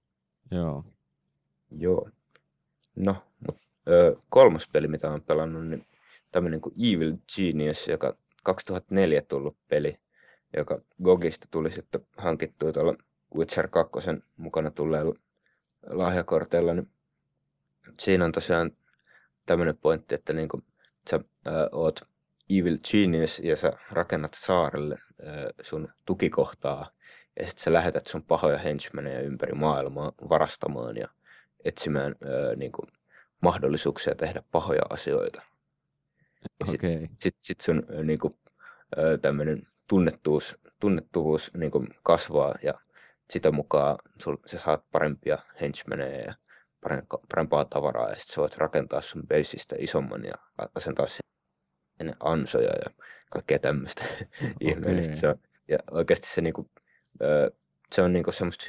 Joo. No, mutta kolmas peli, mitä olen pelannut, niin tämmöinen kuin Evil Genius, joka 2004 tullut peli, joka GOGista tuli sitten hankittua tuolla Witcher 2 mukana tulleella lahjakorteilla, niin siinä on tosiaan tämmöinen pointti, että niin kuin sä oot Evil Genius ja sä rakennat saarelle sun tukikohtaa ja sitten sä lähetät sun pahoja henchmaneja ympäri maailmaa varastamaan ja etsimään niin kuin mahdollisuuksia tehdä pahoja asioita. Sitten sun niin kuin, tämmöinen tunnettuvuus niin kuin kasvaa ja sitä mukaan sä saat parempia henchmaneja ja parempaa tavaraa ja sitten sä voit rakentaa sun baseista isomman ja asentaa sinne ansoja ja kaikkea tämmöistä ihmeellistä. Ja oikeasti se, niinku, se on niinku semmoista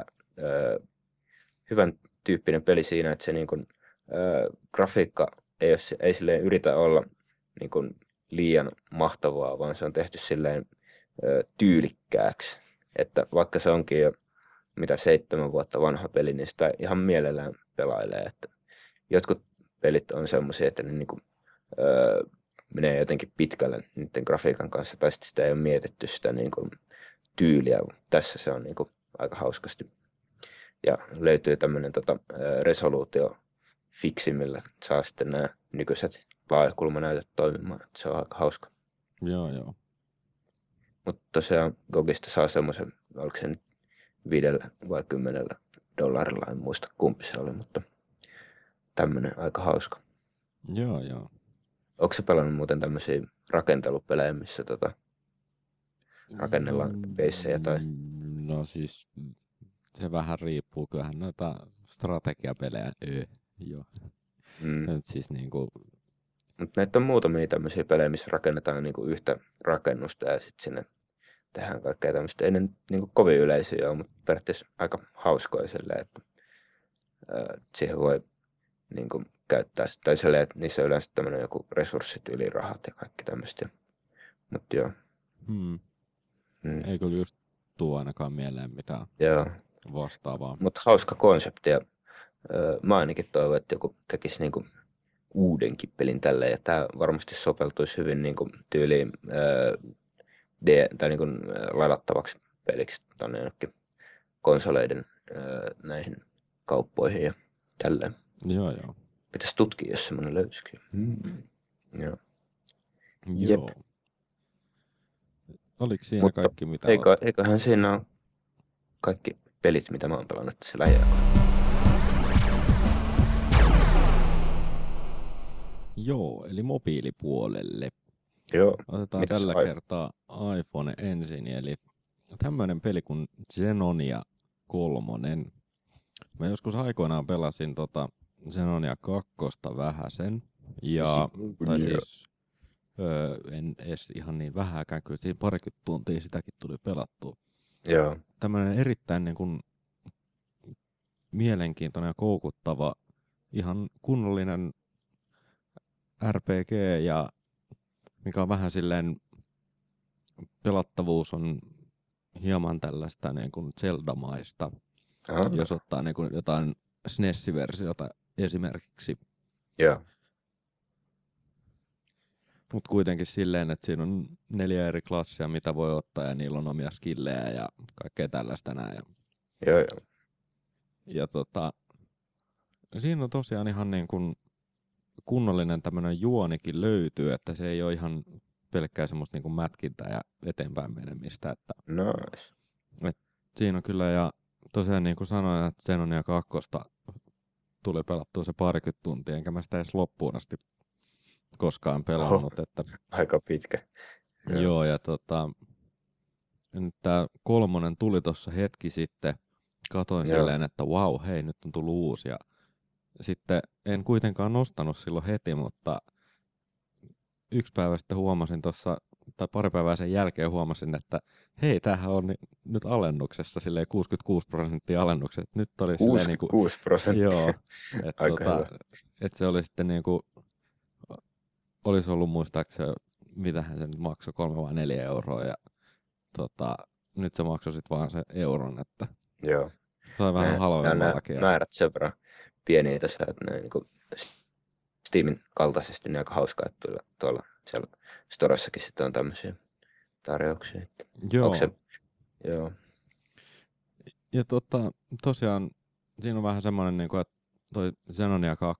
hyvän tyyppinen peli siinä, että se niinku, grafiikka ei silleen yritä olla niinku liian mahtavaa, vaan se on tehty silleen tyylikkääksi. Että vaikka se onkin jo 7 vuotta vanha peli, niin sitä ihan mielellään pelailee. Että jotkut pelit on semmoisia, että ne niinku, öö, menee jotenkin pitkälle niiden grafiikan kanssa, tai sitten sitä ei ole mietitty sitä niinku tyyliä. Tässä se on niinku aika hauskasti. Ja löytyy tämmöinen resoluutio-fiksi, millä saa sitten nämä nykyiset laajakulmanäytöt toimimaan. Että se on aika hauska. Joo. Mutta tosiaan GOGista saa semmoisen, oliko se nyt 5 vai 10 dollarilla, en muista kumpi se oli, mutta tämmönen aika hauska. Joo. Onko se pelannut muuten tämmöisiä rakentelupelejä, missä rakennellaan beissejä tai? No siis se vähän riippuu, kyllähän noita strategiapelejä, joo. Nyt siis niinku. Mut näitä on muutamia tämmöisiä pelejä, missä rakennetaan niinku yhtä rakennusta ja sitten sinne tehdään kaikkea tämmöistä. Ei ne niinku kovin yleisiä ole, mutta periaatteessa aika hauskoja silleen, että siihen voi niinku käyttää. Tai silleen, että niissä on yleensä tämmöinen joku resurssit, ylirahat ja kaikki tämmöistä. Mut joo. Ei kyllä just tuu ainakaan mieleen mitään vastaavaa. Mutta hauska konsepti ja mä ainakin toivon, että joku tekisi niinku uudenkin pelin tälleen. Ja tää varmasti sopeutuisi hyvin niinku tyyliin tai niinku ladattavaksi peliksi tonne jonnekin konsoleiden näihin kauppoihin ja tälleen. Joo. Pitäisi tutkia, jos semmoinen löytyisikin. Joo. Joo. Oliko siinä mutta kaikki mitä eiköhän siinä ole kaikki pelit, mitä mä oon pelannut tässä lähiaikoina. Joo, eli mobiilipuolelle. Joo. Otetaan tällä kertaa iPhone ensin, eli tämmönen peli kuin Xenonia 3. Mä joskus aikoinaan pelasin Xenonia 2 vähäsen, tai siis en edes ihan niin vähääkään, kyllä siinä parikymmentä tuntia sitäkin tuli pelattua. Joo. Tämmönen erittäin niin kuin mielenkiintoinen ja koukuttava, ihan kunnollinen RPG, ja mikä on vähän silleen, pelattavuus on hieman tällaista niin kuin Zelda-maista, jos ottaa niin kuin jotain SNES-versiota esimerkiksi. Joo. Mutta kuitenkin silleen, että siinä on 4 eri klassia, mitä voi ottaa, ja niillä on omia skillejä ja kaikkea tällaista näin. Joo. Ja siinä on tosiaan ihan niin kuin kunnollinen tämmönen juonikin löytyy, että se ei ole ihan pelkkää semmoista niin kuin mätkintää ja eteenpäin menemistä. Että nice. Siinä on kyllä, ja tosiaan niin kuin sanoin, että Xenonia 2 tuli pelattua se parikymmentä tuntia, enkä mä sitä edes loppuun asti koskaan pelannut. Että aika pitkä. Joo, ja nyt tää 3 tuli tossa hetki sitten, katoin silleen, että vau, hei, nyt on tullut uusi, ja sitten en kuitenkaan nostanut silloin heti, mutta yksi päivä sitten huomasin tuossa, tai pari päivää sen jälkeen huomasin, että hei, tämähän on nyt alennuksessa, silleen 66% alennukset. Nyt oli 66%? Joo, että se oli sitten niinku, olisi ollut muistaakseni, mitähän se nyt maksoi, 3 vai 4 euroa, ja nyt se maksoi sitten vaan se euron, että joo. Se on vähän halvemmallakin. Määrät sen verran pieniä tässä, että ne niinku Steamin kaltaisesti niin aika hauskaa, että tuolla siellä Storessakin sitten on tämmöisiä tarjouksia. Joo. Joo. Ja tosiaan siinä on vähän semmoinen, niin kuin, että toi Xenonia 2,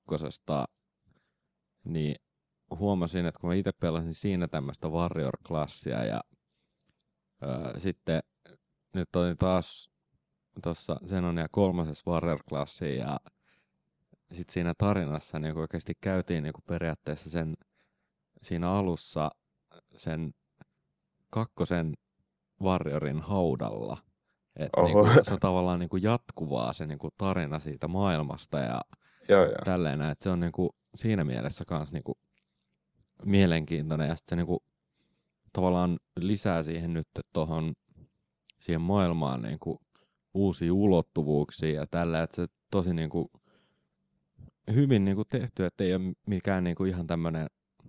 niin huomasin, että kun mä itse pelasin siinä tämmöistä Warrior-klassia, ja sitten nyt olin taas tuossa Xenonia 3 Warrior-klassia, ja sitten siinä tarinassa niin oikeasti käytiin niin periaatteessa siinä alussa sen 2 Warriorin haudalla. Että se on tavallaan jatkuvaa se tarina siitä maailmasta ja tälleen. Että se on siinä mielessä kans mielenkiintoinen. Ja sitten se tavallaan lisää siihen nyt siihen maailmaan uusia ulottuvuuksia ja tällä. Että se tosi hyvin tehty, että ei ole mikään ihan tämmönen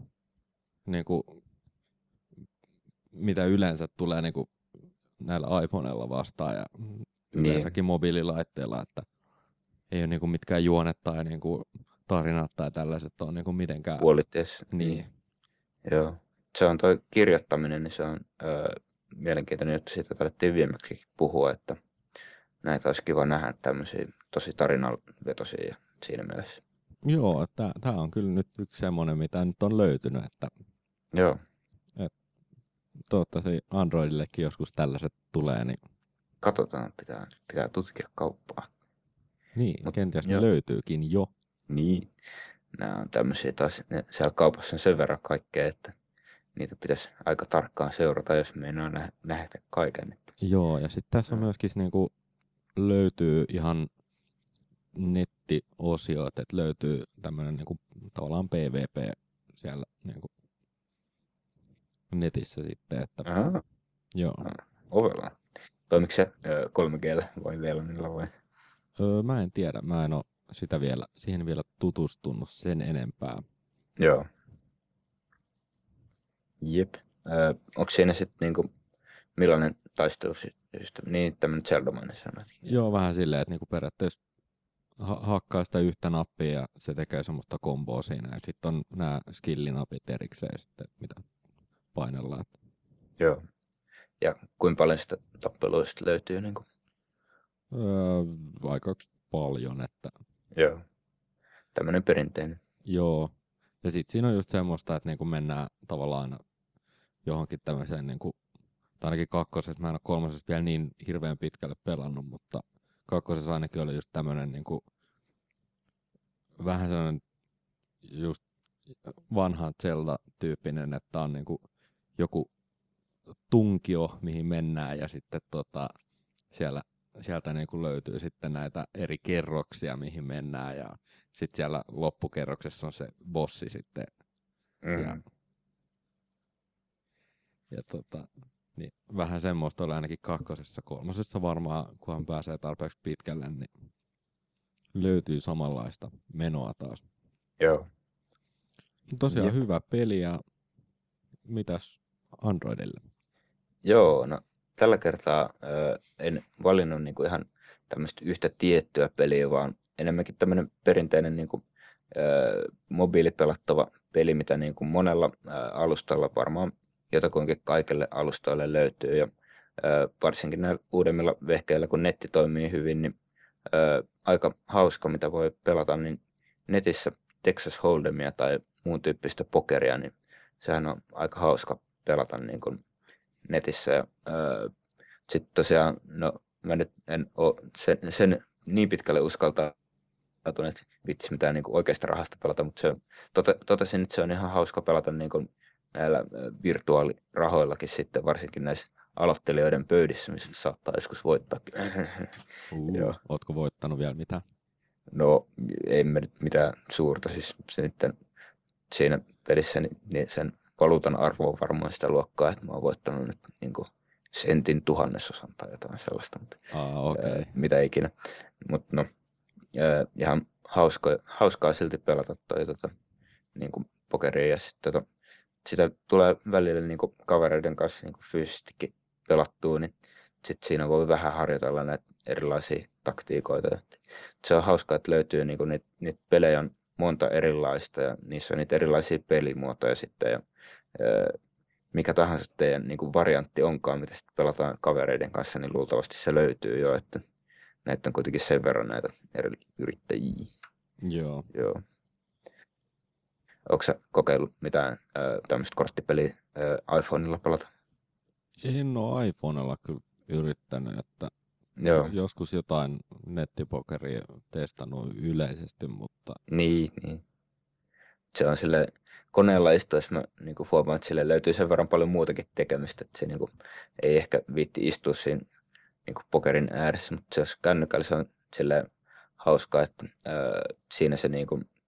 mitä yleensä tulee näillä iPhoneilla vastaan ja yleensäkin mobiililaitteilla, että ei ole niinku mitkään juonet tai niinku tarinat tai tällaiset on niinku mitenkään. Puolitteessa. Niin. Joo. Se on toi kirjoittaminen, niin se on mielenkiintoinen juttu. Siitä taidettiin viimeksi puhua, että näitä olisi kiva nähdä tämmöisiä tosi tarinavetoisia siinä mielessä. Joo, tää on kyllä nyt yksi semmoinen, mitä nyt on löytynyt, että Joo. toivottavasti Androidillekin joskus tällaiset tulee, niin Katsotaan, pitää tutkia kauppaa. niin, kenties ne löytyykin jo. Niin, nämä on tämmöisiä taas, siellä kaupassa on sen verran kaikkea, että niitä pitäisi aika tarkkaan seurata, jos meinaa nähdä kaiken. Että. Joo, ja sitten tässä on myöskin niinku, löytyy ihan nettiosiot, että löytyy tämmöinen niinku, tavallaan PvP siellä niinku, netissä sitten. Että, joo. Ovella. Toimiko se 3G:llä vai VLANilla vai? Mä en tiedä, mä en ole siihen vielä tutustunut sen enempää. Joo. Jep. Onko siinä sitten niinku, millainen taistelusysteemi? Niin, tämmöinen Zelda-mainen sanoit. Joo, vähän silleen, että niinku periaatteessa hakkaa sitä yhtä nappia ja se tekee semmoista komboa siinä. Ja sitten on nämä skillinapit erikseen sitten, mitä painellaan. Joo. Ja kuinka paljon sitä tappeluista löytyy? Niin kuin? Aika paljon, että. Joo. Tämmöinen perinteinen. Joo. Ja sitten siinä on just semmoista, että niinku mennään tavallaan aina johonkin tämmöiseen, niinku, tai ainakin kakkosessa, mä en ole kolmosessa vielä niin hirveän pitkälle pelannut, mutta kakkosessa ainakin oli just tämmöinen niinku, vähän sellainen just vanha Zelda-tyyppinen, että on niinku joku tunkio, mihin mennään ja sitten sieltä niinku löytyy sitten näitä eri kerroksia, mihin mennään ja sitten siellä loppukerroksessa on se bossi sitten. Ja niin vähän semmoista oli ainakin kakkosessa, kolmosessa varmaan, kunhan pääsee tarpeeksi pitkälle, niin löytyy samanlaista menoa taas. Joo. Tosiaan hyvä peli ja mitäs Androidille? Joo, no tällä kertaa en valinnut niinku ihan tämmöistä yhtä tiettyä peliä, vaan enemmänkin tämmöinen perinteinen niinku, mobiilipelattava peli, mitä niinku monella alustalla varmaan jotakuinkin kaikille alustoille löytyy. Ja varsinkin näillä uudemmilla vehkeillä, kun netti toimii hyvin, niin aika hauska, mitä voi pelata, niin netissä Texas Hold'emia tai muun tyyppistä pokeria, niin sehän on aika hauska pelata niin kuin netissä. Ja sitten tosiaan, no mä nyt en ole sen niin pitkälle uskaltautunut, että viittis mitään niin kuin oikeasta rahasta pelata, mutta se, totesin, että se on ihan hauska pelata niin kuin näillä virtuaalirahoillakin sitten, varsinkin näissä aloittelijoiden pöydissä, missä saattaa joskus voittaakin. Ootko voittanut vielä mitään? No, en mä nyt mitään suurta. Siis se nyt siinä pelissä niin sen valuutan arvo on varmaan sitä luokkaa, että mä oon voittanut nyt niin kuin sentin 1000 tai jotain sellaista. Mutta, okay. Mitä ikinä. Mutta no, ihan hauskaa silti pelata niin kuin pokeria ja sitten sitä tulee välillä niin kuin kavereiden kanssa niin kuin fyysisestikin pelattua, niin sitten siinä voi vähän harjoitella näitä erilaisia taktiikoita. Se on hauskaa, että löytyy niin kuin niitä pelejä on monta erilaista ja niissä on niitä erilaisia pelimuotoja sitten ja mikä tahansa teidän niin kuin variantti onkaan, mitä sitten pelataan kavereiden kanssa, niin luultavasti se löytyy jo, että näitä on kuitenkin sen verran näitä eri yrittäjiä. Joo. Onko sä kokeillut mitään tämmöistä korttipeliä iPhoneilla pelata? En ole iPhonella kyllä yrittänyt, että joskus jotain nettipokeria testannut yleisesti, mutta. Niin. Se on silleen, koneella istuessa mä niin huomaan, että sille löytyy sen verran paljon muutakin tekemistä, että se niin kuin, ei ehkä viitti istua siinä niin pokerin ääressä, mutta se jos kännykällä se on silleen hauskaa, että siinä se niin kuin,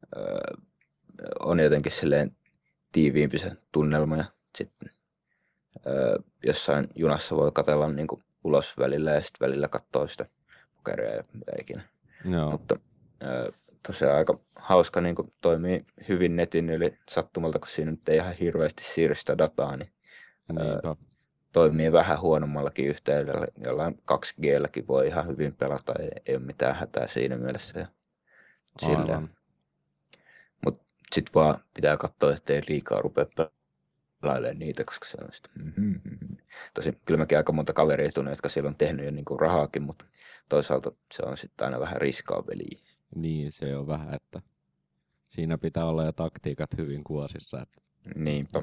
on jotenkin silleen tiiviimpi se tunnelma ja sitten jossain junassa voi katsella niin kuin ulos välillä ja sitten välillä katsoa sitä pokeria ja mitä ikinä. Joo. Mutta tosiaan aika hauska, niin kuin toimii hyvin netin yli sattumalta, kun siinä nyt ei ihan hirveästi siirry sitä dataa. Niin, toimii vähän huonommallakin yhteydellä, jollain 2G:lläkin voi ihan hyvin pelata, ei ole mitään hätää siinä mielessä. Ja silleen. Aivan. Mut sit vaan pitää katsoa, ettei liikaa rupea pelailemaan niitä, koska se on sitä. Tosin kyllä mäkin aika monta kaveria tunnen, jotka siellä on tehnyt jo niinku rahaakin, mutta toisaalta se on sitten aina vähän riskaaveliä. Niin, se on vähän, että siinä pitää olla jo taktiikat hyvin kuosissa. Että... Niinpä.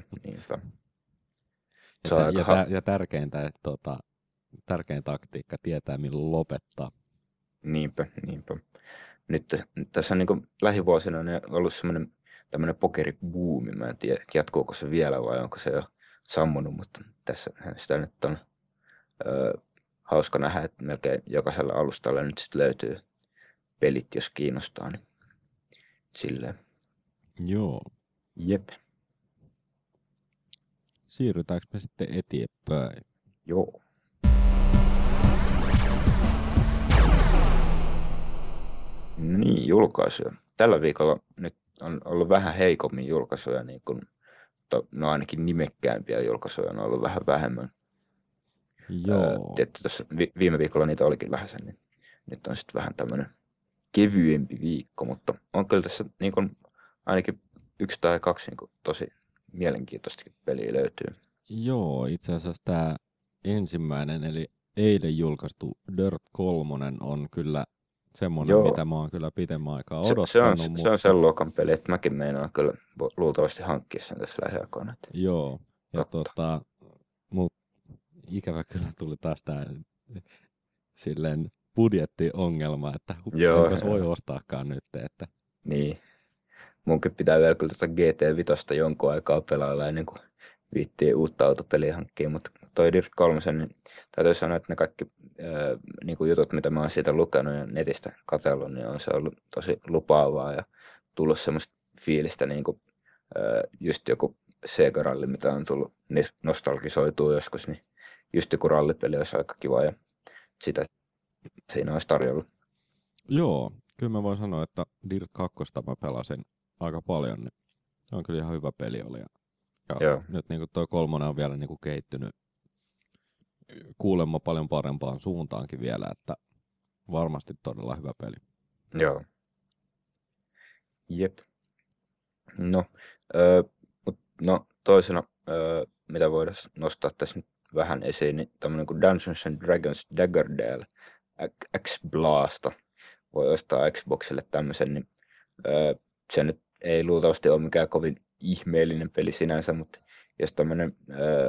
Ja tärkeintä, että tärkein taktiikka tietää, milloin lopettaa. Niinpä. Nyt tässä on niin lähivuosina on ollut semmoinen tämmöinen pokeribuumi. Mä en tiedä, jatkuuko se vielä vai onko se jo sammunut, mutta tässä sitä nyt on hauska nähdä, että melkein jokaisella alustalla nyt sit löytyy pelit, jos kiinnostaa. Niin silleen. Joo. Jep. Siirrytäänkö me sitten eteenpäin? Joo. Niin, julkaisuja. Tällä viikolla nyt on ollut vähän heikommin julkaisuja, niin kuin, no ainakin nimekkäämpiä julkaisuja on ollut vähän vähemmän. Joo. Tietty tuossa viime viikolla niitä olikin vähän sen, niin nyt on sitten vähän tämmöinen kevyempi viikko, mutta on kyllä tässä niin kuin, ainakin 1 tai 2 niin kuin, tosi mielenkiintoistakin peliä löytyy. Joo, itse asiassa tämä ensimmäinen, eli eilen julkaistu Dirt 3 on kyllä semmoinen, mitä mä oon kyllä pitemmän aikaa odottanut. Se on sen luokan peli, että mäkin meinaan kyllä luultavasti hankkia sen tässä lähiaikoina. Joo, ja mut ikävä kyllä tuli taas tää silleen budjettiongelma, että enpäs voi ostaakaan nyt. Että... Niin, munkin pitää vielä kyllä GT5 jonkun aikaa pelailla ennen kuin viittii uutta autopeliä hankkia, mutta toi Dirt 3, niin täytyy sanoa, että ne kaikki niin kuin jutut, mitä mä oon siitä lukenut ja netistä katsellut, niin on se ollut tosi lupaavaa ja tullut semmoista fiilistä, niin kuin, just joku Sega-ralli, mitä on tullut nostalgisoitua joskus, niin just joku rallipeli olisi aika kiva ja sitä siinä olisi tarjolla. Joo, kyllä mä voin sanoa, että Dirt 2 mä pelasin aika paljon, niin se on kyllä ihan hyvä peli oli. Ja nyt niin toi 3 on vielä niin kehittynyt kuulemma paljon parempaan suuntaankin vielä, että varmasti todella hyvä peli. Joo. Jep. No toisena, mitä voidaan nostaa tässä nyt vähän esiin, niin tämmöinen kuin Dungeons and Dragons Daggerdale X-Blasta voi ostaa Xboxille tämmöisen, niin se nyt ei luultavasti ole mikään kovin ihmeellinen peli sinänsä, mutta jos tämmöinen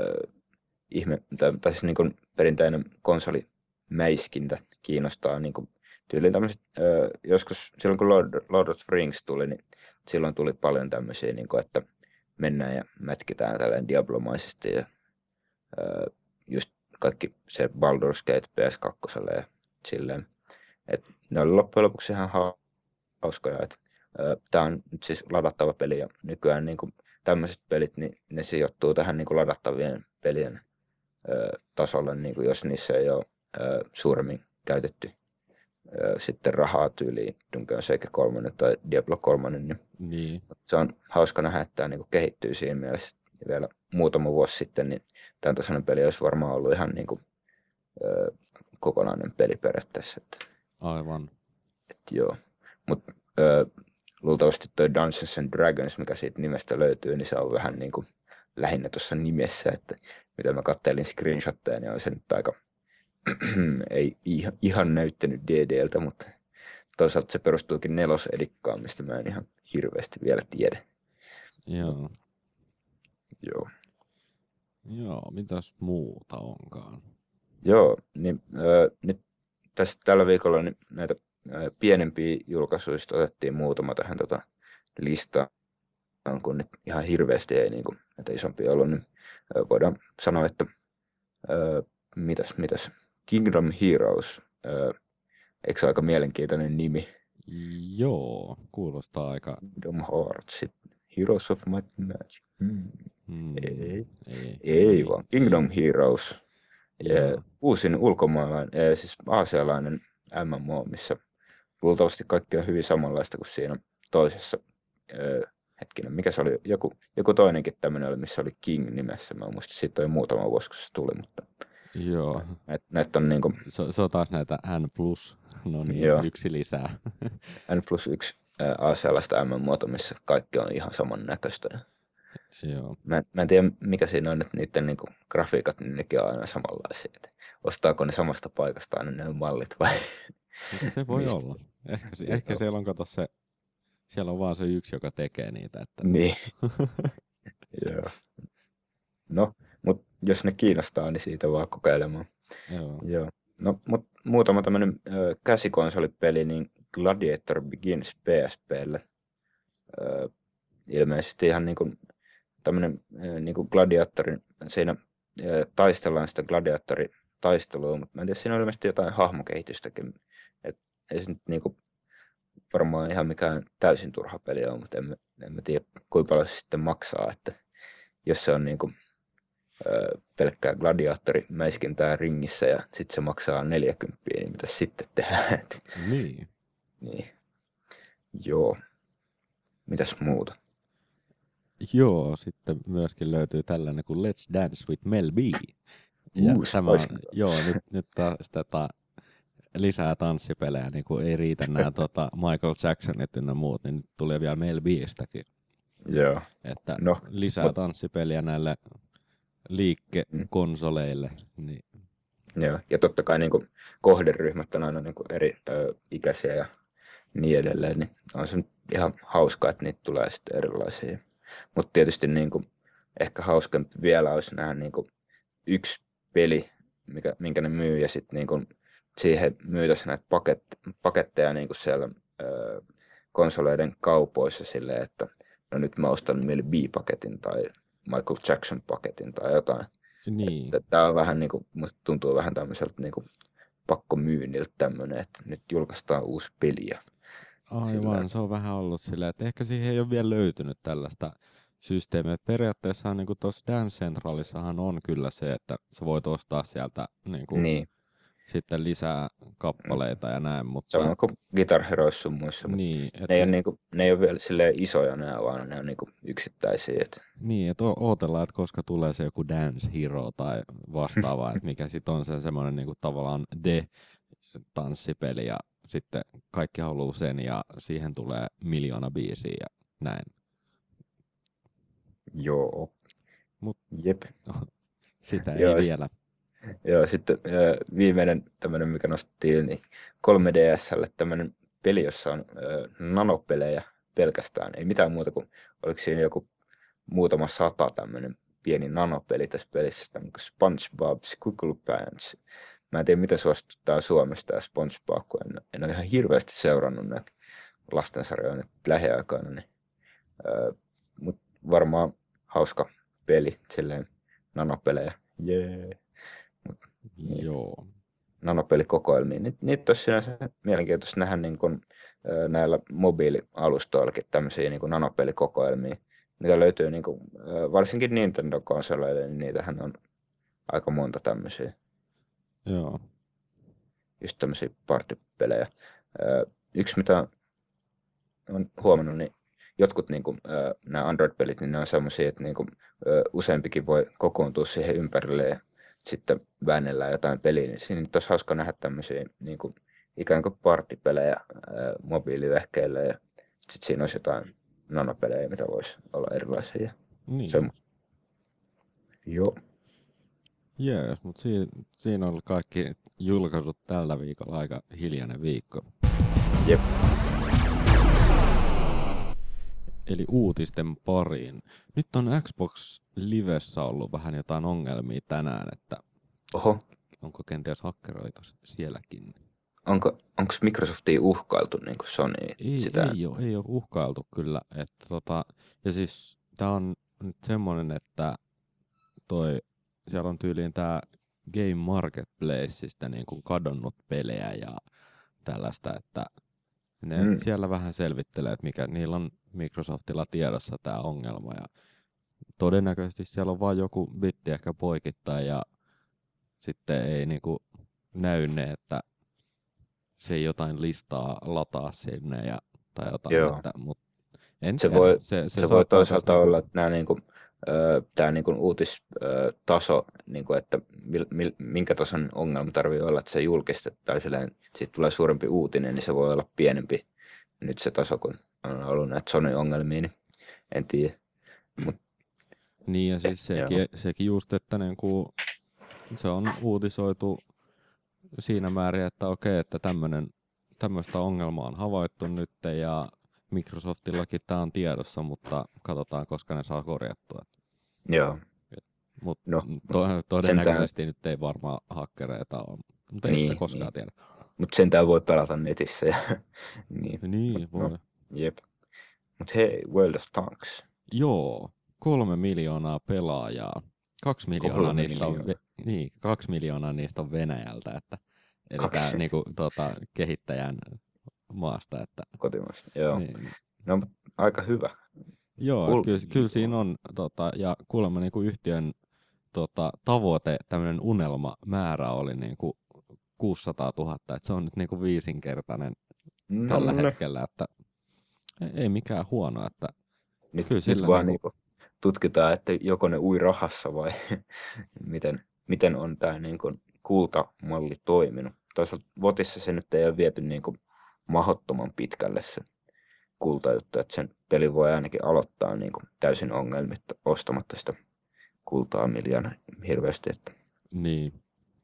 tai siis niin kuin perinteinen konsolimäiskintä kiinnostaa niin kuin tyyliin tämmöiset, joskus silloin kun Lord of the Rings tuli, niin silloin tuli paljon tämmöisiä, niin kuin, että mennään ja mätkitään tällainen diablomaisesti ja just kaikki se Baldur's Gate PS2 ja silleen, että ne oli loppujen lopuksi ihan hauskoja, että tämä on nyt siis ladattava peli ja nykyään niin kuin tämmöiset pelit, niin ne sijoittuu tähän niin kuin ladattavien pelien tasolle, niin kuin jos niissä ei ole suuremmin käytetty sitten rahaa tyyliin Dungeons & 3 tai Diablo 3, niin se on hauska nähdä, että tämä niin kuin kehittyy siinä mielessä. Ja vielä muutama vuosi sitten, niin tämän tasoinen peli olisi varmaan ollut ihan niin kuin, kokonainen peli periaatteessa. Aivan. Joo, mutta luultavasti toi Dungeons and Dragons, mikä siitä nimestä löytyy, niin se on vähän niin kuin lähinnä tuossa nimessä, että mitä mä kattelin screenshotteja, niin on se nyt aika, ei ihan näyttänyt DDltä, mutta toisaalta se perustuukin nelosedikkaan, mistä mä en ihan hirveästi vielä tiedä. Joo. Joo, mitäs muuta onkaan? Joo, niin nyt tällä viikolla niin näitä pienempiä julkaisuista otettiin muutama tähän listaan, kun nyt ihan hirveästi ei niin kuin, näitä isompia ollut, niin voidaan sanoa, että mitäs Kingdom Heroes, eikö se aika mielenkiintoinen nimi? Joo, kuulostaa aika... Kingdom Hearts, Heroes of Might and Magic. Ei vaan Kingdom Heroes. Uusin ulkomaalainen, siis aasialainen MMO, missä luultavasti kaikki on hyvin samanlaista kuin siinä toisessa hetkinen, mikä se oli, joku toinenkin tämmöinen oli, missä oli King nimessä, mä muistin, siitä oli muutama vuosi, kun se tuli, mutta Joo. näitä on niinku, Se on taas näitä N+, no niin, joo, yksi lisää. N+1 sellaista M-muoto, missä kaikki on ihan samannäköistä. Joo. Mä en tiedä, mikä siinä on, että niiden niinku grafiikat, niin nekin on aina samanlaisia. Että ostaako ne samasta paikasta aina ne mallit vai? Se voi Mistä? olla. Ehkä siellä on, kato se, siellä on vaan se yksi, joka tekee niitä. Että... Niin. Joo. No, mutta jos ne kiinnostaa, niin siitä vaan kokeilemaan. Joo. No, mutta muutama tämmöinen käsikonsolipeli, niin Gladiator Begins PSP:lle. Ilmeisesti ihan niinku tämmöinen niinku gladiatorin, siinä taistellaan sitä gladiatoritaistelua, mutta mä en tiedä, siinä on ilmeisesti jotain hahmokehitystäkin. Et ei se nyt niinku varmaan ihan mikään täysin turha peli on, mutta en mä tiedä, kuinka paljon se sitten maksaa, että jos se on niinku pelkkää gladiaattorimäiskintää ringissä ja sitten se maksaa 40, niin mitä sitten tehdään? Niin. Niin. Joo. Mitäs muuta? Joo, sitten myöskin löytyy tällainen kuin Let's Dance with Mel B. Ja tämä on, nyt lisää tanssipelejä, niin kuin ei riitä nämä Michael Jacksonit ynnä muut, niin nyt tulee vielä Mel B:stäkin. Joo. Että lisää tanssipeliä näille liikkekonsoleille. Niin. Joo, ja totta kai niin kuin kohderyhmät on aina niin kuin eri ikäisiä ja niin edelleen, niin on se ihan hauskaa, että niitä tulee sitten erilaisia. Mutta tietysti niin kuin, ehkä hauskempi vielä olisi nähdä niin kuin yksi peli, minkä ne myy, ja sitten niin kuin siihen myytäisiin näitä paketteja niin kuin siellä konsoleiden kaupoissa silleen, että no nyt mä ostan Mel B-paketin tai Michael Jackson-paketin tai jotain. Niin. Tämä on vähän niin kuin, musta tuntuu vähän tämmöiseltä niin kuin pakkomyynniltä tämmöinen, että nyt julkaistaan uusi peli. Aivan, se on vähän ollut silleen, että ehkä siihen ei ole vielä löytynyt tällaista systeemiä. Periaatteessa niin kuin tuossa Dance Centralissahan on kyllä se, että sä voit ostaa sieltä niin. Sitten lisää kappaleita ja näin. Mutta... Sama kuin Guitar Heroissa sun muissa. Niin, ne ei ole vielä silleen isoja nämä, vaan ne on niin kuin yksittäisiä. Niin, että odotellaan, että koska tulee se joku Dance Hero tai vastaava, että mikä sitten on se semmoinen niin kuin tavallaan tanssipeli ja sitten kaikki haluaa sen ja siihen tulee 1 miljoona biisiä ja näin. Joo. Jep. Sitä ei vielä. Joo, sitten viimeinen tämmöinen, mikä nostettiin, niin 3DS:lle tämmöinen peli, jossa on nanopelejä pelkästään. Ei mitään muuta kuin, oliko siinä joku muutama 100 tämmöinen pieni nanopeli tässä pelissä, tämmöinen kuin SpongeBob SquarePants. Mä en tiedä, miten suosittaa Suomesta ja SpongeBob, kun en ole ihan hirveästi seurannut näitä lastensarjoja nyt lähiaikoina. Niin, mutta varmaan hauska peli, silleen nanopelejä. Jee. Niin. Joo. Nanopelikokoelmia. Niitä olisi sinänsä mielenkiintoista nähdä niin kuin, näillä mobiilialustoillakin tämmöisiä niin kuin nanopelikokoelmia. Niitä löytyy niin kuin, varsinkin Nintendo-konsoleille, niin niitähän on aika monta tämmöisiä. Joo. Just tämmöisiä partypelejä. Yksi mitä olen huomannut, niin jotkut niin kuin, nämä Android-pelit, niin ne on semmoisia, että niin kuin, useampikin voi kokoontua siihen ympärille ja sitten väännellään jotain peliä. Niin siinä olisi hauska nähdä tämmöisiä niin kuin, ikään kuin partypelejä mobiilivehkeillä ja sitten siinä olisi jotain nanopelejä, mitä voisi olla erilaisia. Niin. Joo. Jees, mutta siinä on kaikki julkaisut tällä viikolla, aika hiljainen viikko. Jep. Eli uutisten pariin. Nyt on Xbox Livessä ollut vähän jotain ongelmia tänään, että onko kenties hakkeroita sielläkin? Onko Microsoftia uhkailtu niin kuin Sony? Ei ole uhkailtu kyllä. Että ja siis tää on nyt semmonen, että siellä on tyyliin tää Game Marketplaceista niin kuin kadonnut pelejä ja tällaista, että ne siellä vähän selvittelee, että mikä niillä on Microsoftilla tiedossa tämä ongelma ja todennäköisesti siellä on vain joku bitti ehkä poikittain ja sitten ei niinku näy ne, että se ei jotain listaa lataa sinne tai jotain, mutta En Se tiedä. voi, Se se voi saattaa toisaalta tästä olla, että nämä niinku, tämä niinku uutistaso, niinku, että minkä tason ongelma tarvii olla, että se julkistetaan, siitä tulee suurempi uutinen, niin se voi olla pienempi nyt se taso, kun on ollut näitä Sony-ongelmia, niin en tiedä. niin ja siis sekin just, että niinku, se on uutisoitu siinä määrin, että okei, että tämmöistä ongelmaa on havaittu nyt ja Microsoftillakin tämä on tiedossa, mutta katsotaan, koska ne saa korjattua. Joo. Mutta No, todennäköisesti nyt ei varmaan hakkereita ole, mutta ei sitä koskaan tiedä. Mutta sentään voi pelata netissä. Ja, niin voi. No, jep. Mutta hei, World of Tanks. Joo, 3 miljoonaa pelaajaa. 2 miljoonaa, niin, 2 miljoonaa niistä on Venäjältä, eli tämä niinku, kehittäjän maasta. Että, kotimaasta, joo. Niin. No, aika hyvä. Joo, kyllä siinä on, ja kuulemma niinku yhtiön tavoite, tämmöinen unelmamäärä oli niinku 600 000, että se on nyt niinku 5-kertainen tällä hetkellä, että ei mikään huono, että nyt vaan niinku tutkitaan, että joko ne ui rahassa vai miten on tämä niinku kultamalli toiminut. Toisaalta Votissa se nyt ei ole viety niinku mahdottoman pitkälle se kultajuttu, että sen peli voi ainakin aloittaa niinku täysin ongelmitta ostamatta sitä kultaa miljoona hirveästi. Että. Niin.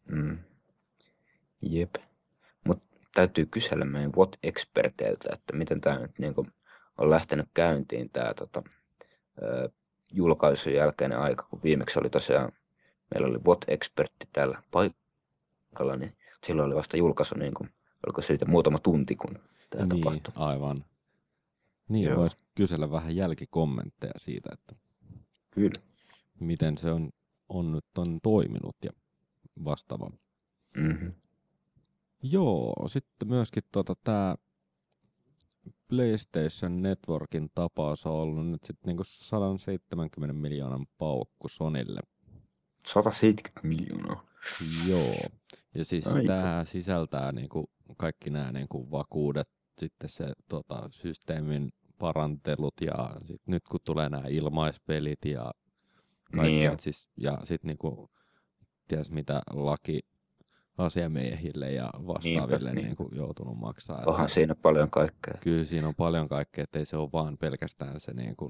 Jep. Mutta täytyy kysellä meidän What-experteiltä, että miten tämä nyt niinku on lähtenyt käyntiin tämä julkaisun jälkeinen aika, kun viimeksi oli tosiaan, meillä oli What-expertti täällä paikalla, niin silloin oli vasta julkaisu, niin kuin, oliko siitä muutama tunti, kun tämä tapahtui. Aivan. Niin, voisi kysellä vähän jälkikommentteja siitä, että kyllä. Miten se on nyt toiminut ja vastaava. Mm-hmm. Joo, sitten myöskin tämä PlayStation Networkin tapaus on ollut nyt sitten niinku 170 miljoonan paukku Sonylle. 170 miljoonaa. Joo, ja siis tämä sisältää niinku kaikki nämä niinku vakuudet, sitten se systeemin parantelut ja sit nyt kun tulee nämä ilmaispelit ja kaikkea, niin siis, ja sitten niinku, ties mitä laki asiamiehille ja vastaaville niinku joutunut maksaa. Onhan siinä paljon kaikkea. Kyllä siinä on paljon kaikkea, ettei se ole vaan pelkästään se niinku.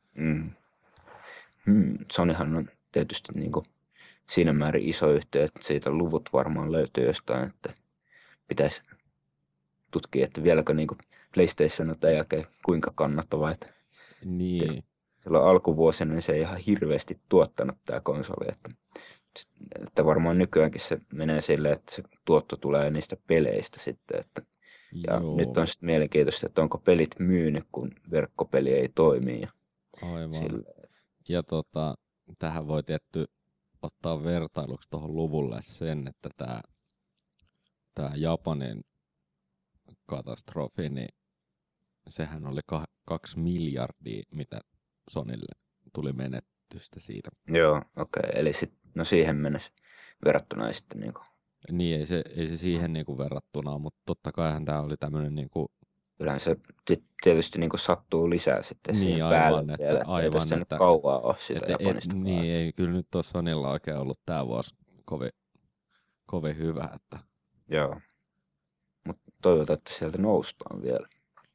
Sonyhan on tietysti niinku siinä määrin iso yhtiö, että siitä luvut varmaan löytyy jostain, että pitäisi tutkia, että vieläkö niinku PlayStation on tämän jälkeen kuinka kannattavaa. Niin. Silloin alkuvuosina niin se ei ihan hirveästi tuottanut tämä konsoli, että varmaan nykyäänkin se menee silleen, että se tuotto tulee niistä peleistä sitten, että ja nyt on sitten mielenkiintoista, että onko pelit myynyt, kun verkkopeli ei toimi. Ja aivan. Ja tähän voi tietty ottaa vertailuksi tuohon luvulle sen, että tämä Japanin katastrofi, niin sehän oli 2 miljardia, mitä Sonylle tuli menetystä siitä. Joo, okei. Eli siihen mennessä verrattuna sitten niinku. Niin, ei se siihen niinku verrattuna, mutta totta kaihan tämä oli tämmöinen niinku. Kyllähän se tietysti niinku sattuu lisää sitten niin, siihen aivan, päälle. Aivan, ei tässä nyt kauaa ole sitä Japanista. Niin, ei kyllä nyt tuossa Sonylla oikein ollut tämä vuosi kovin hyvä. Että. Joo. Mutta toivotaan, että sieltä noustaan vielä.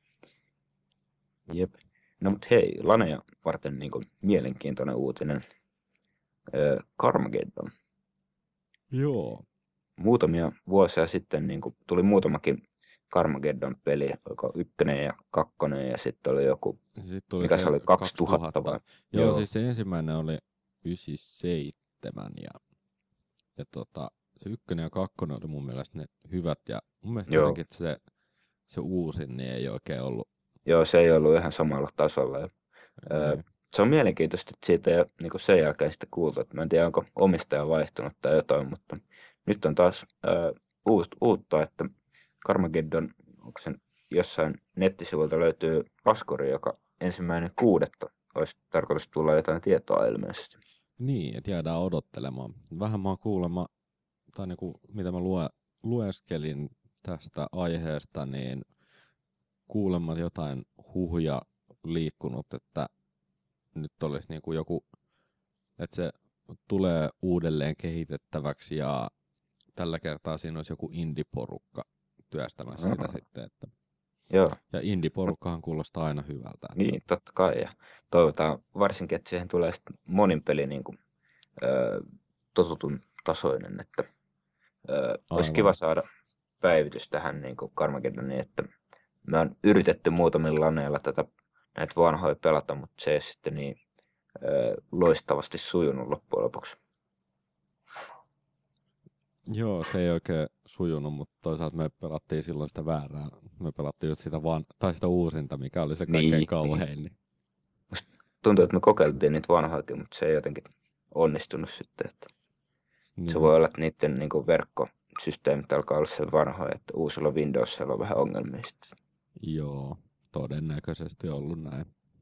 Jep. No mut hei, Laneja varten niinku mielenkiintoinen uutinen. Carmageddon. Joo. Muutamia vuosia sitten niinku tuli muutamakin Carmageddon-peli, oliko 1 ja 2 ja sitten oli joku, mikä se oli, 2000 vai? Joo, siis se ensimmäinen oli 97 ja se 1 ja 2 oli mun mielestä ne hyvät ja mun mielestä jotenkin, että se uusin niin ei oikein ollut. Joo, se ei ollut ihan samalla tasolla. Ja, se on mielenkiintoista, että siitä ei ole niin sen jälkeen sitten kuultu. Että mä en tiedä, onko omistaja vaihtunut tai jotain, mutta nyt on taas uutta, että Carmageddon, onko sen jossain nettisivuilta löytyy laskuri, joka 1.6. olisi tarkoitus tulla jotain tietoa ilmeisesti. Niin, että jäädään odottelemaan. Vähän mä oon kuulemma, tai niinku, mitä mä lueskelin tästä aiheesta, niin kuulemma jotain huhuja liikkunut, että nyt olisi niinku joku, että se tulee uudelleen kehitettäväksi ja tällä kertaa siinä olisi joku indie-porukka työstämässä sitä sitten. Että... Joo. Ja indie-porukkahan kuulostaa aina hyvältä. Niin, totta kai. Ja toivotaan varsinkin, että siihen tulee sitten monin peli niin kuin, totutun tasoinen. Että, olisi kiva saada päivitys tähän niin kuin Carmageddoniin, että me on yritetty muutamilla laneilla näitä vanhoja pelata, mutta se ei sitten niin loistavasti sujunut loppujen lopuksi. Joo, se ei oikein sujunut, mutta toisaalta me pelattiin silloin sitä väärää. Me pelattiin just sitä, sitä uusinta, mikä oli se kaikkein kauhein. Niin. Tuntuu, että me kokeiltiin niitä vanhojakin, mutta se ei jotenkin onnistunut sitten. Että se voi olla, että niiden niin kuin verkkosysteemit alkaa olla sen vanhoja, että uusilla Windowsilla on vähän ongelmia sitten. Joo, todennäköisesti ollut näin.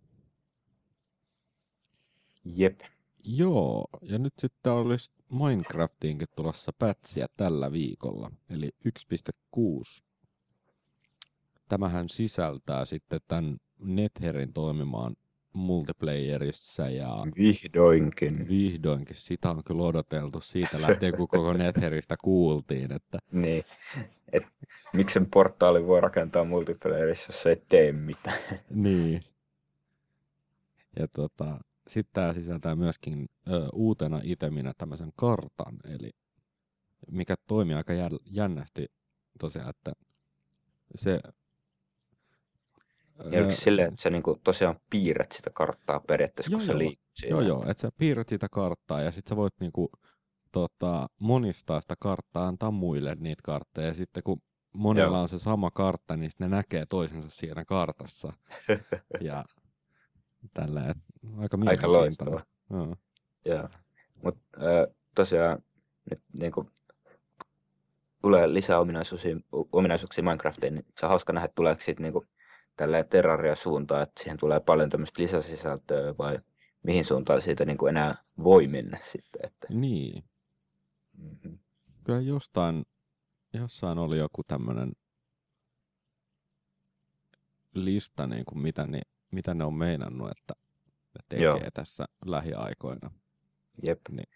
Jep. Joo, ja nyt sitten olisi Minecraftiinkin tulossa pätsiä tällä viikolla, eli 1.6. Tämähän sisältää sitten tämän Netherin toimimaan multiplayerissa ja... Vihdoinkin. Sitä on kyllä odoteltu siitä lähtien, kun koko Netheristä kuultiin, että... Niin, että miksen portaali voi rakentaa multiplayerissa, jos ei tee mitään. Niin. Ja sitten tämä sisältää myöskin uutena iteminä tämmöisen kartan, eli mikä toimii aika jännästi tosiaan, että se... Ja oliko silleen, että sä niinku tosiaan piirrät sitä karttaa periaatteessa, kun sä liikut siinä? Joo, että sä piirrät sitä karttaa ja sit sä voit niinku, monistaa sitä karttaa, antaa muille niitä kartteja, ja sitten kun monella on se sama kartta, niin ne näkee toisensa siinä kartassa. Ja tällä, aika loistava. Joo. Mut tosiaan nyt niinku tulee lisää ominaisuuksia Minecraftiin, niin se on hauska nähdä, että tuleeko siitä niinku tälleen Terraria-suuntaan, että siihen tulee paljon tämmöistä lisäsisältöä, vai mihin suuntaan siitä niinku enää voi mennä sitten. Että... Niin. Mm-hmm. Kyllä jossain oli joku tämmöinen lista, niin kuin mitä ne on meinannut, että ne tekee tässä lähiaikoina. Jep. Niin.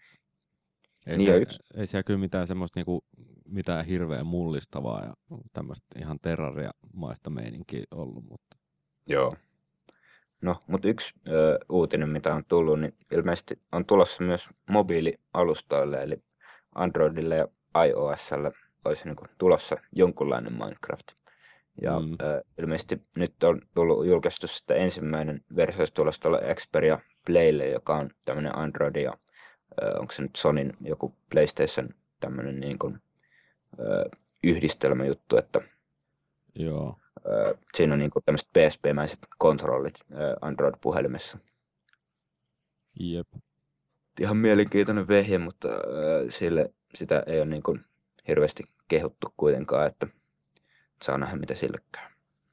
Ei siellä kyllä mitään semmoista niinku, mitään hirveän mullistavaa ja tämmöistä ihan Terraria-maista meininkiä ollut. Mutta... Joo. No, mutta yksi uutinen, mitä on tullut, niin ilmeisesti on tulossa myös mobiilialustoille, eli Androidille ja iOSlle olisi niin kuin tulossa jonkunlainen Minecraft. Ja ilmeisesti nyt on tullut julkaistu sitten ensimmäinen versio tulossa tuolla Xperia Playlle, joka on tämmöinen Android ja onko se nyt Sonyn joku PlayStation tämmöinen niin kuin yhdistelmäjuttu, että joo. Siinä on niin kuin tämmöiset PSP-mäiset kontrollit Android-puhelimessa. Jep. Ihan mielenkiintoinen vehje, mutta sitä ei ole niin kuin hirveästi kehuttu kuitenkaan, että saa nähdä mitä sille käy.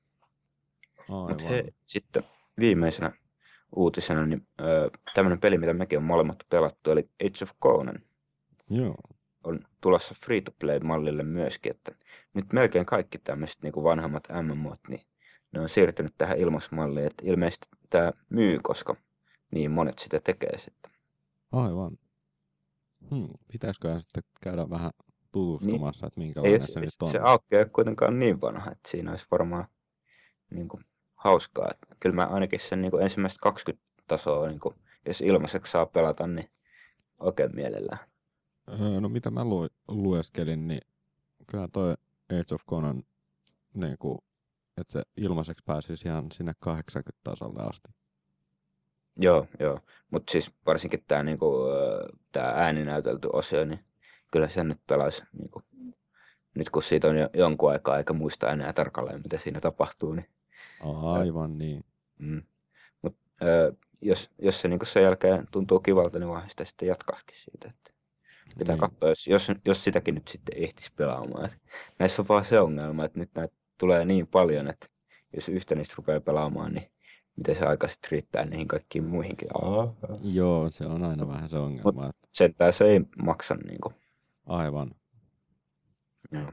Mutta sitten viimeisenä uutisena niin tämmöinen peli, mitä mekin on molemmat pelattu, eli Age of Conan. Joo. On tulossa free-to-play-mallille myöskin, että nyt melkein kaikki tämmöiset niin kuin vanhemmat MMOt, niin ne on siirtynyt tähän ilmaismalliin, että ilmeisesti tämä myy, koska niin monet sitä tekee sitten. Aivan. Pitäisiköhän sitten käydä vähän tutustumassa, niin, että minkälainen se nyt on. Se aukeaa kuitenkaan niin vanha, että siinä olisi varmaan niin kuin hauskaa. Että kyllä mä ainakin sen niin kuin ensimmäistä 20 tasoa, niin kuin, jos ilmaiseksi saa pelata, niin oikein mielellään. No mitä mä lueskelin, niin kyllä toi Age of Conan, niin kuin, että se ilmaiseksi pääsisi ihan sinne 80 tasolle asti. Joo. Mutta siis varsinkin tämä niinku, ääninäytelty osio, niin kyllä sen nyt pelaisi. Niinku, nyt kun siitä on jo jonkun aikaa eikä muista enää tarkalleen, mitä siinä tapahtuu. Niin, aivan niin. Mutta jos se niinku sen jälkeen tuntuu kivalta, niin vaan sitä sitten jatkaisikin siitä. Että pitää niin katsoa, jos sitäkin nyt sitten ehtisi pelaamaan. Et näissä on vaan se ongelma, että nyt näitä tulee niin paljon, että jos yhtä niistä rupeaa pelaamaan, niin miten se aika sitten riittää niihin kaikkiin muihinkin. Joo, se on aina vähän se ongelma. Mut sentään se ei maksa niinku. Aivan. Joo.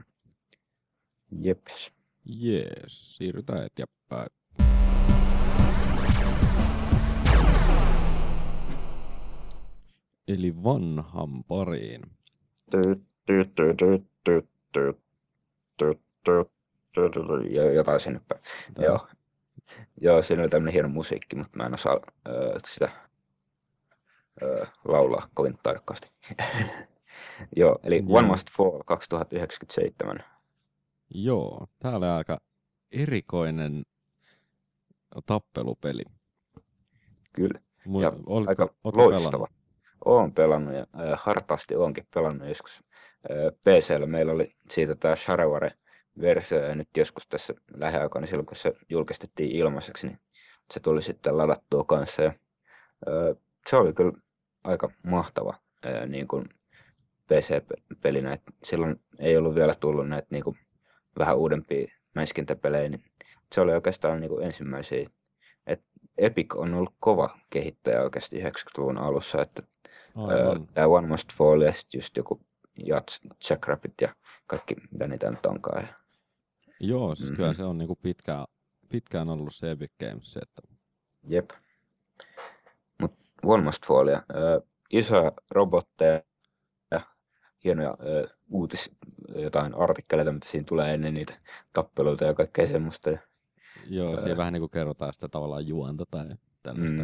Jeps. Jees, siirrytään eteenpäin. eli vanhan pariin. Jotain sinne päin. Joo. Joo, siinä oli tämmönen hieno musiikki, mutta mä en osaa sitä laulaa kovin tarkasti. Joo, eli Joo. One Must Fall 2097. Joo, tää oli aika erikoinen tappelupeli. Kyllä. Ja Ootko aika pelannut? loistava. Oon pelannut ja hartaasti oonkin pelannut joskus. PC:llä meillä oli siitä tää Shareware-versio ja nyt joskus tässä lähiaikoina silloin kun se julkistettiin ilmaiseksi, niin se tuli sitten ladattua kanssa. Ja, se oli kyllä aika mahtava niin kuin PC-pelinä. Et silloin ei ollut vielä tullut näitä niin kuin vähän uudempia mäiskintäpelejä, niin se oli oikeastaan niin kuin ensimmäisiä. Et Epic on ollut kova kehittäjä oikeasti 90-luvun alussa, että tämä One Must Fall ja sitten just joku Jackrabbit ja kaikki mitä niitä nyt onkaan. Joo, siis kyllä se on niinku pitkään ollut se Epic Games. Että... Jep. Mut One Must Fall ja isoja robotteja ja hienoja jotain artikkeleita, mitä siinä tulee ennen niitä tappeluita ja kaikkea semmoista. Joo, siinä vähän niinku kerrotaan sitä tavallaan juonta tai tällaista.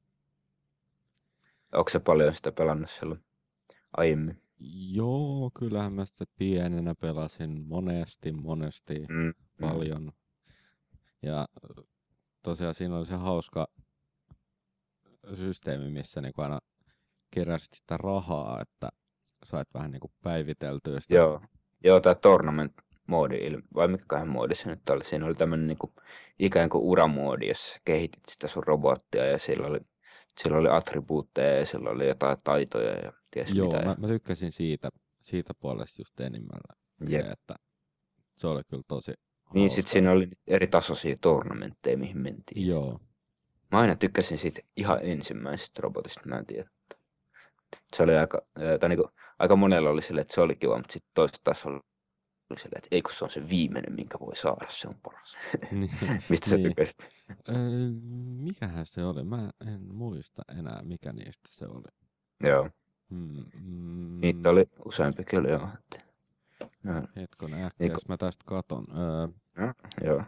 Onko se paljon sitä pelannut silloin aiemmin? Joo, kyllähän mä sitä pienenä pelasin monesti paljon. Ja tosiaan siinä oli se hauska systeemi, missä niinku aina keräsit sitä rahaa, että sait vähän niinku päiviteltyä sitä. Joo, tää tournament-moodi, vai mikäköhän moodi se nyt oli? Siinä oli tämmönen niinku ikään kuin uramoodi, jossa kehitit sitä sun robottia ja sillä oli attribuutteja ja sillä oli jotain taitoja ja ties joo, mitä. Mä tykkäsin siitä puolesta just enimmällä. Se, että se oli kyllä tosi niin, hauska. sit siinä oli eri tasoisia tournamentteja, mihin mentiin. Joo. Mä aina tykkäsin siitä ihan ensimmäisestä robotista, mä en tiedä. Se oli aika monella oli silleen, että se oli kiva, mutta sitten toista taas oli silleen, että ei kun se on se viimeinen, minkä voi saada, se on paras. Mistä sä tykkäsit? Mikähän se oli? Mä en muista enää, mikä niistä se oli. Joo. Niitä oli useampi kyllä, joo. Hetkonen äkkiä, jos mä tästä katon. Joo.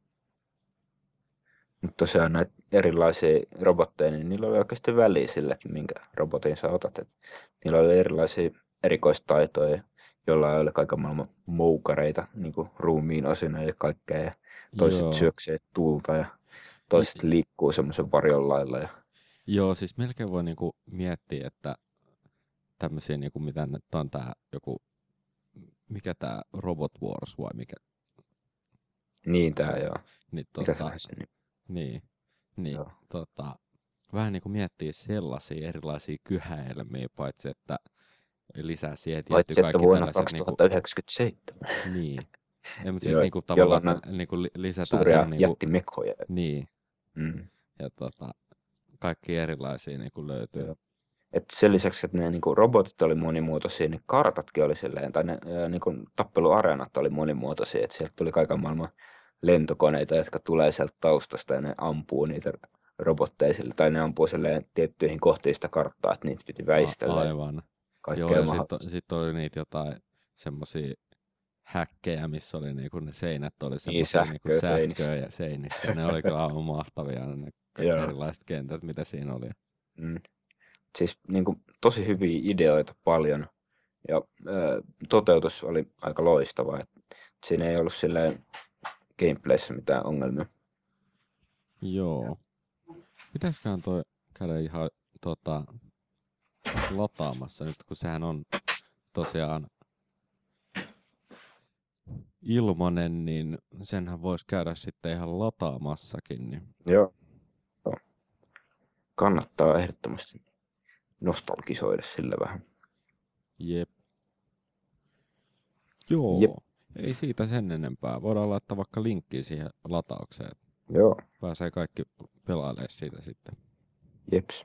Mutta tosiaan näitä erilaisia robotteja, niin niillä oli oikeasti väliä sille, että minkä robotin sä otat. Et niillä oli erilaisia erikoistaitoja, joilla oli kaiken maailman moukareita, niin kuin ruumiin osina ja kaikkea. Ja toiset syöksee tulta ja toiset liikkuu semmoisen varjon lailla. Ja... Joo, siis melkein voi niinku miettiä, että tämmöisiä, niinku, mitä nyt on tää joku, mikä tää Robot Wars vai mikä? Niin tää joo. Niin, Niin, vähän niin kuin miettii sellaisia erilaisia kyhäelmiä, paitsi että lisää siihen tietty kaikki että vuonna 2097. Niin. Ja, mutta siis niinku tavallaan niinku lisätään suuria siihen niinku jättimekoja. Niin. Ja kaikki erilaisia niinku löytyy. Joo. Et sen lisäksi, että ne niinku robotit oli monimuotoisia, niin kartatkin oli silleen, tai ne niinku tappeluareenat oli monimuotoisia, että sieltä tuli kaiken maailman lentokoneita, jotka tulee sieltä taustasta ja ne ampuu niitä robotteja sille, tai ne ampuu silleen tiettyihin kohtiin sitä karttaa, että niitä piti väistellä. Aivan. Joo, ja sitten oli niitä jotain semmosia häkkejä, missä oli niinku ne seinät oli semmosia niinku sähköä ja seinissä. Ne oli kyllä aivan mahtavia ne erilaiset kentät, mitä siinä oli. Siis niinku tosi hyviä ideoita paljon ja toteutus oli aika loistava. Et siinä ei ollut silleen gameplayssä mitään ongelmia. Joo. Pitäisiköhän toi käydä ihan lataamassa nyt, kun sehän on tosiaan ilmanen, niin senhän voisi käydä sitten ihan lataamassakin. Niin. Joo. Kannattaa ehdottomasti nostalgisoida sillä vähän. Jep. Joo. Jep. Ei siitä sen enempää. Voidaan laittaa vaikka linkkiä siihen lataukseen. Joo. Pääsee kaikki pelailemaan siitä sitten. Jeps.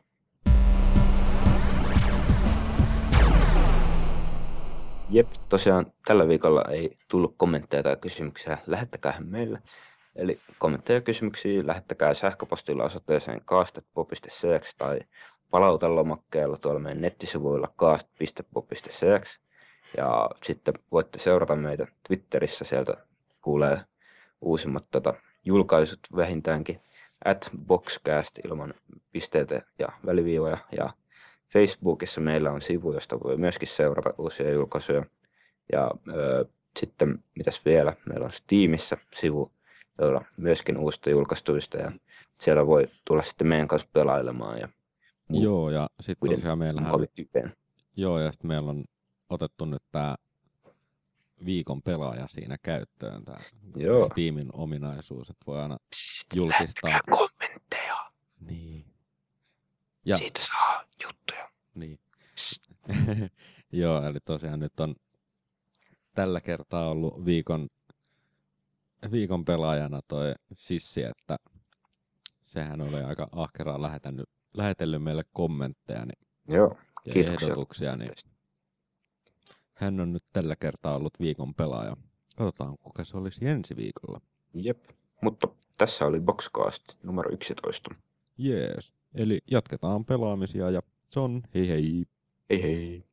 Jep, tosiaan tällä viikolla ei tullut kommentteja tai kysymyksiä. Lähettäkäähän meille. Eli kommentteja ja kysymyksiä lähettäkää sähköpostilla osoitteeseen kaastetpo.cx tai palautelomakkeella tuolla meidän nettisivuilla cast.pop.cx. Ja sitten voitte seurata meitä Twitterissä, sieltä kuulee uusimmat julkaisut vähintäänkin @boxcast ilman pisteitä ja väliviivoja. Ja Facebookissa meillä on sivu, josta voi myöskin seurata uusia julkaisuja. Ja sitten mitäs vielä, meillä on Steamissa sivu, jolla myöskin uusista julkaistuista ja siellä voi tulla sitten meidän kanssa pelailemaan. Ja joo, ja sitten tosiaan meillä on otettu nyt tää viikon pelaaja siinä käyttöön, tää Steamin ominaisuus, että voi aina julkistaa kommentteja. Niin. Ja siitä saa juttuja. Niin. Joo, eli tosiaan nyt on tällä kertaa ollut viikon pelaajana toi Sissi, että sehän oli aika ahkeraan lähetellyt meille kommentteja joo, ja ehdotuksia, niin hän on nyt tällä kertaa ollut viikon pelaaja. Katsotaan, kuka se olisi ensi viikolla. Jep, mutta tässä oli Boxcast numero 11. Jees, eli jatketaan pelaamisia ja se on hei hei. Hei hei.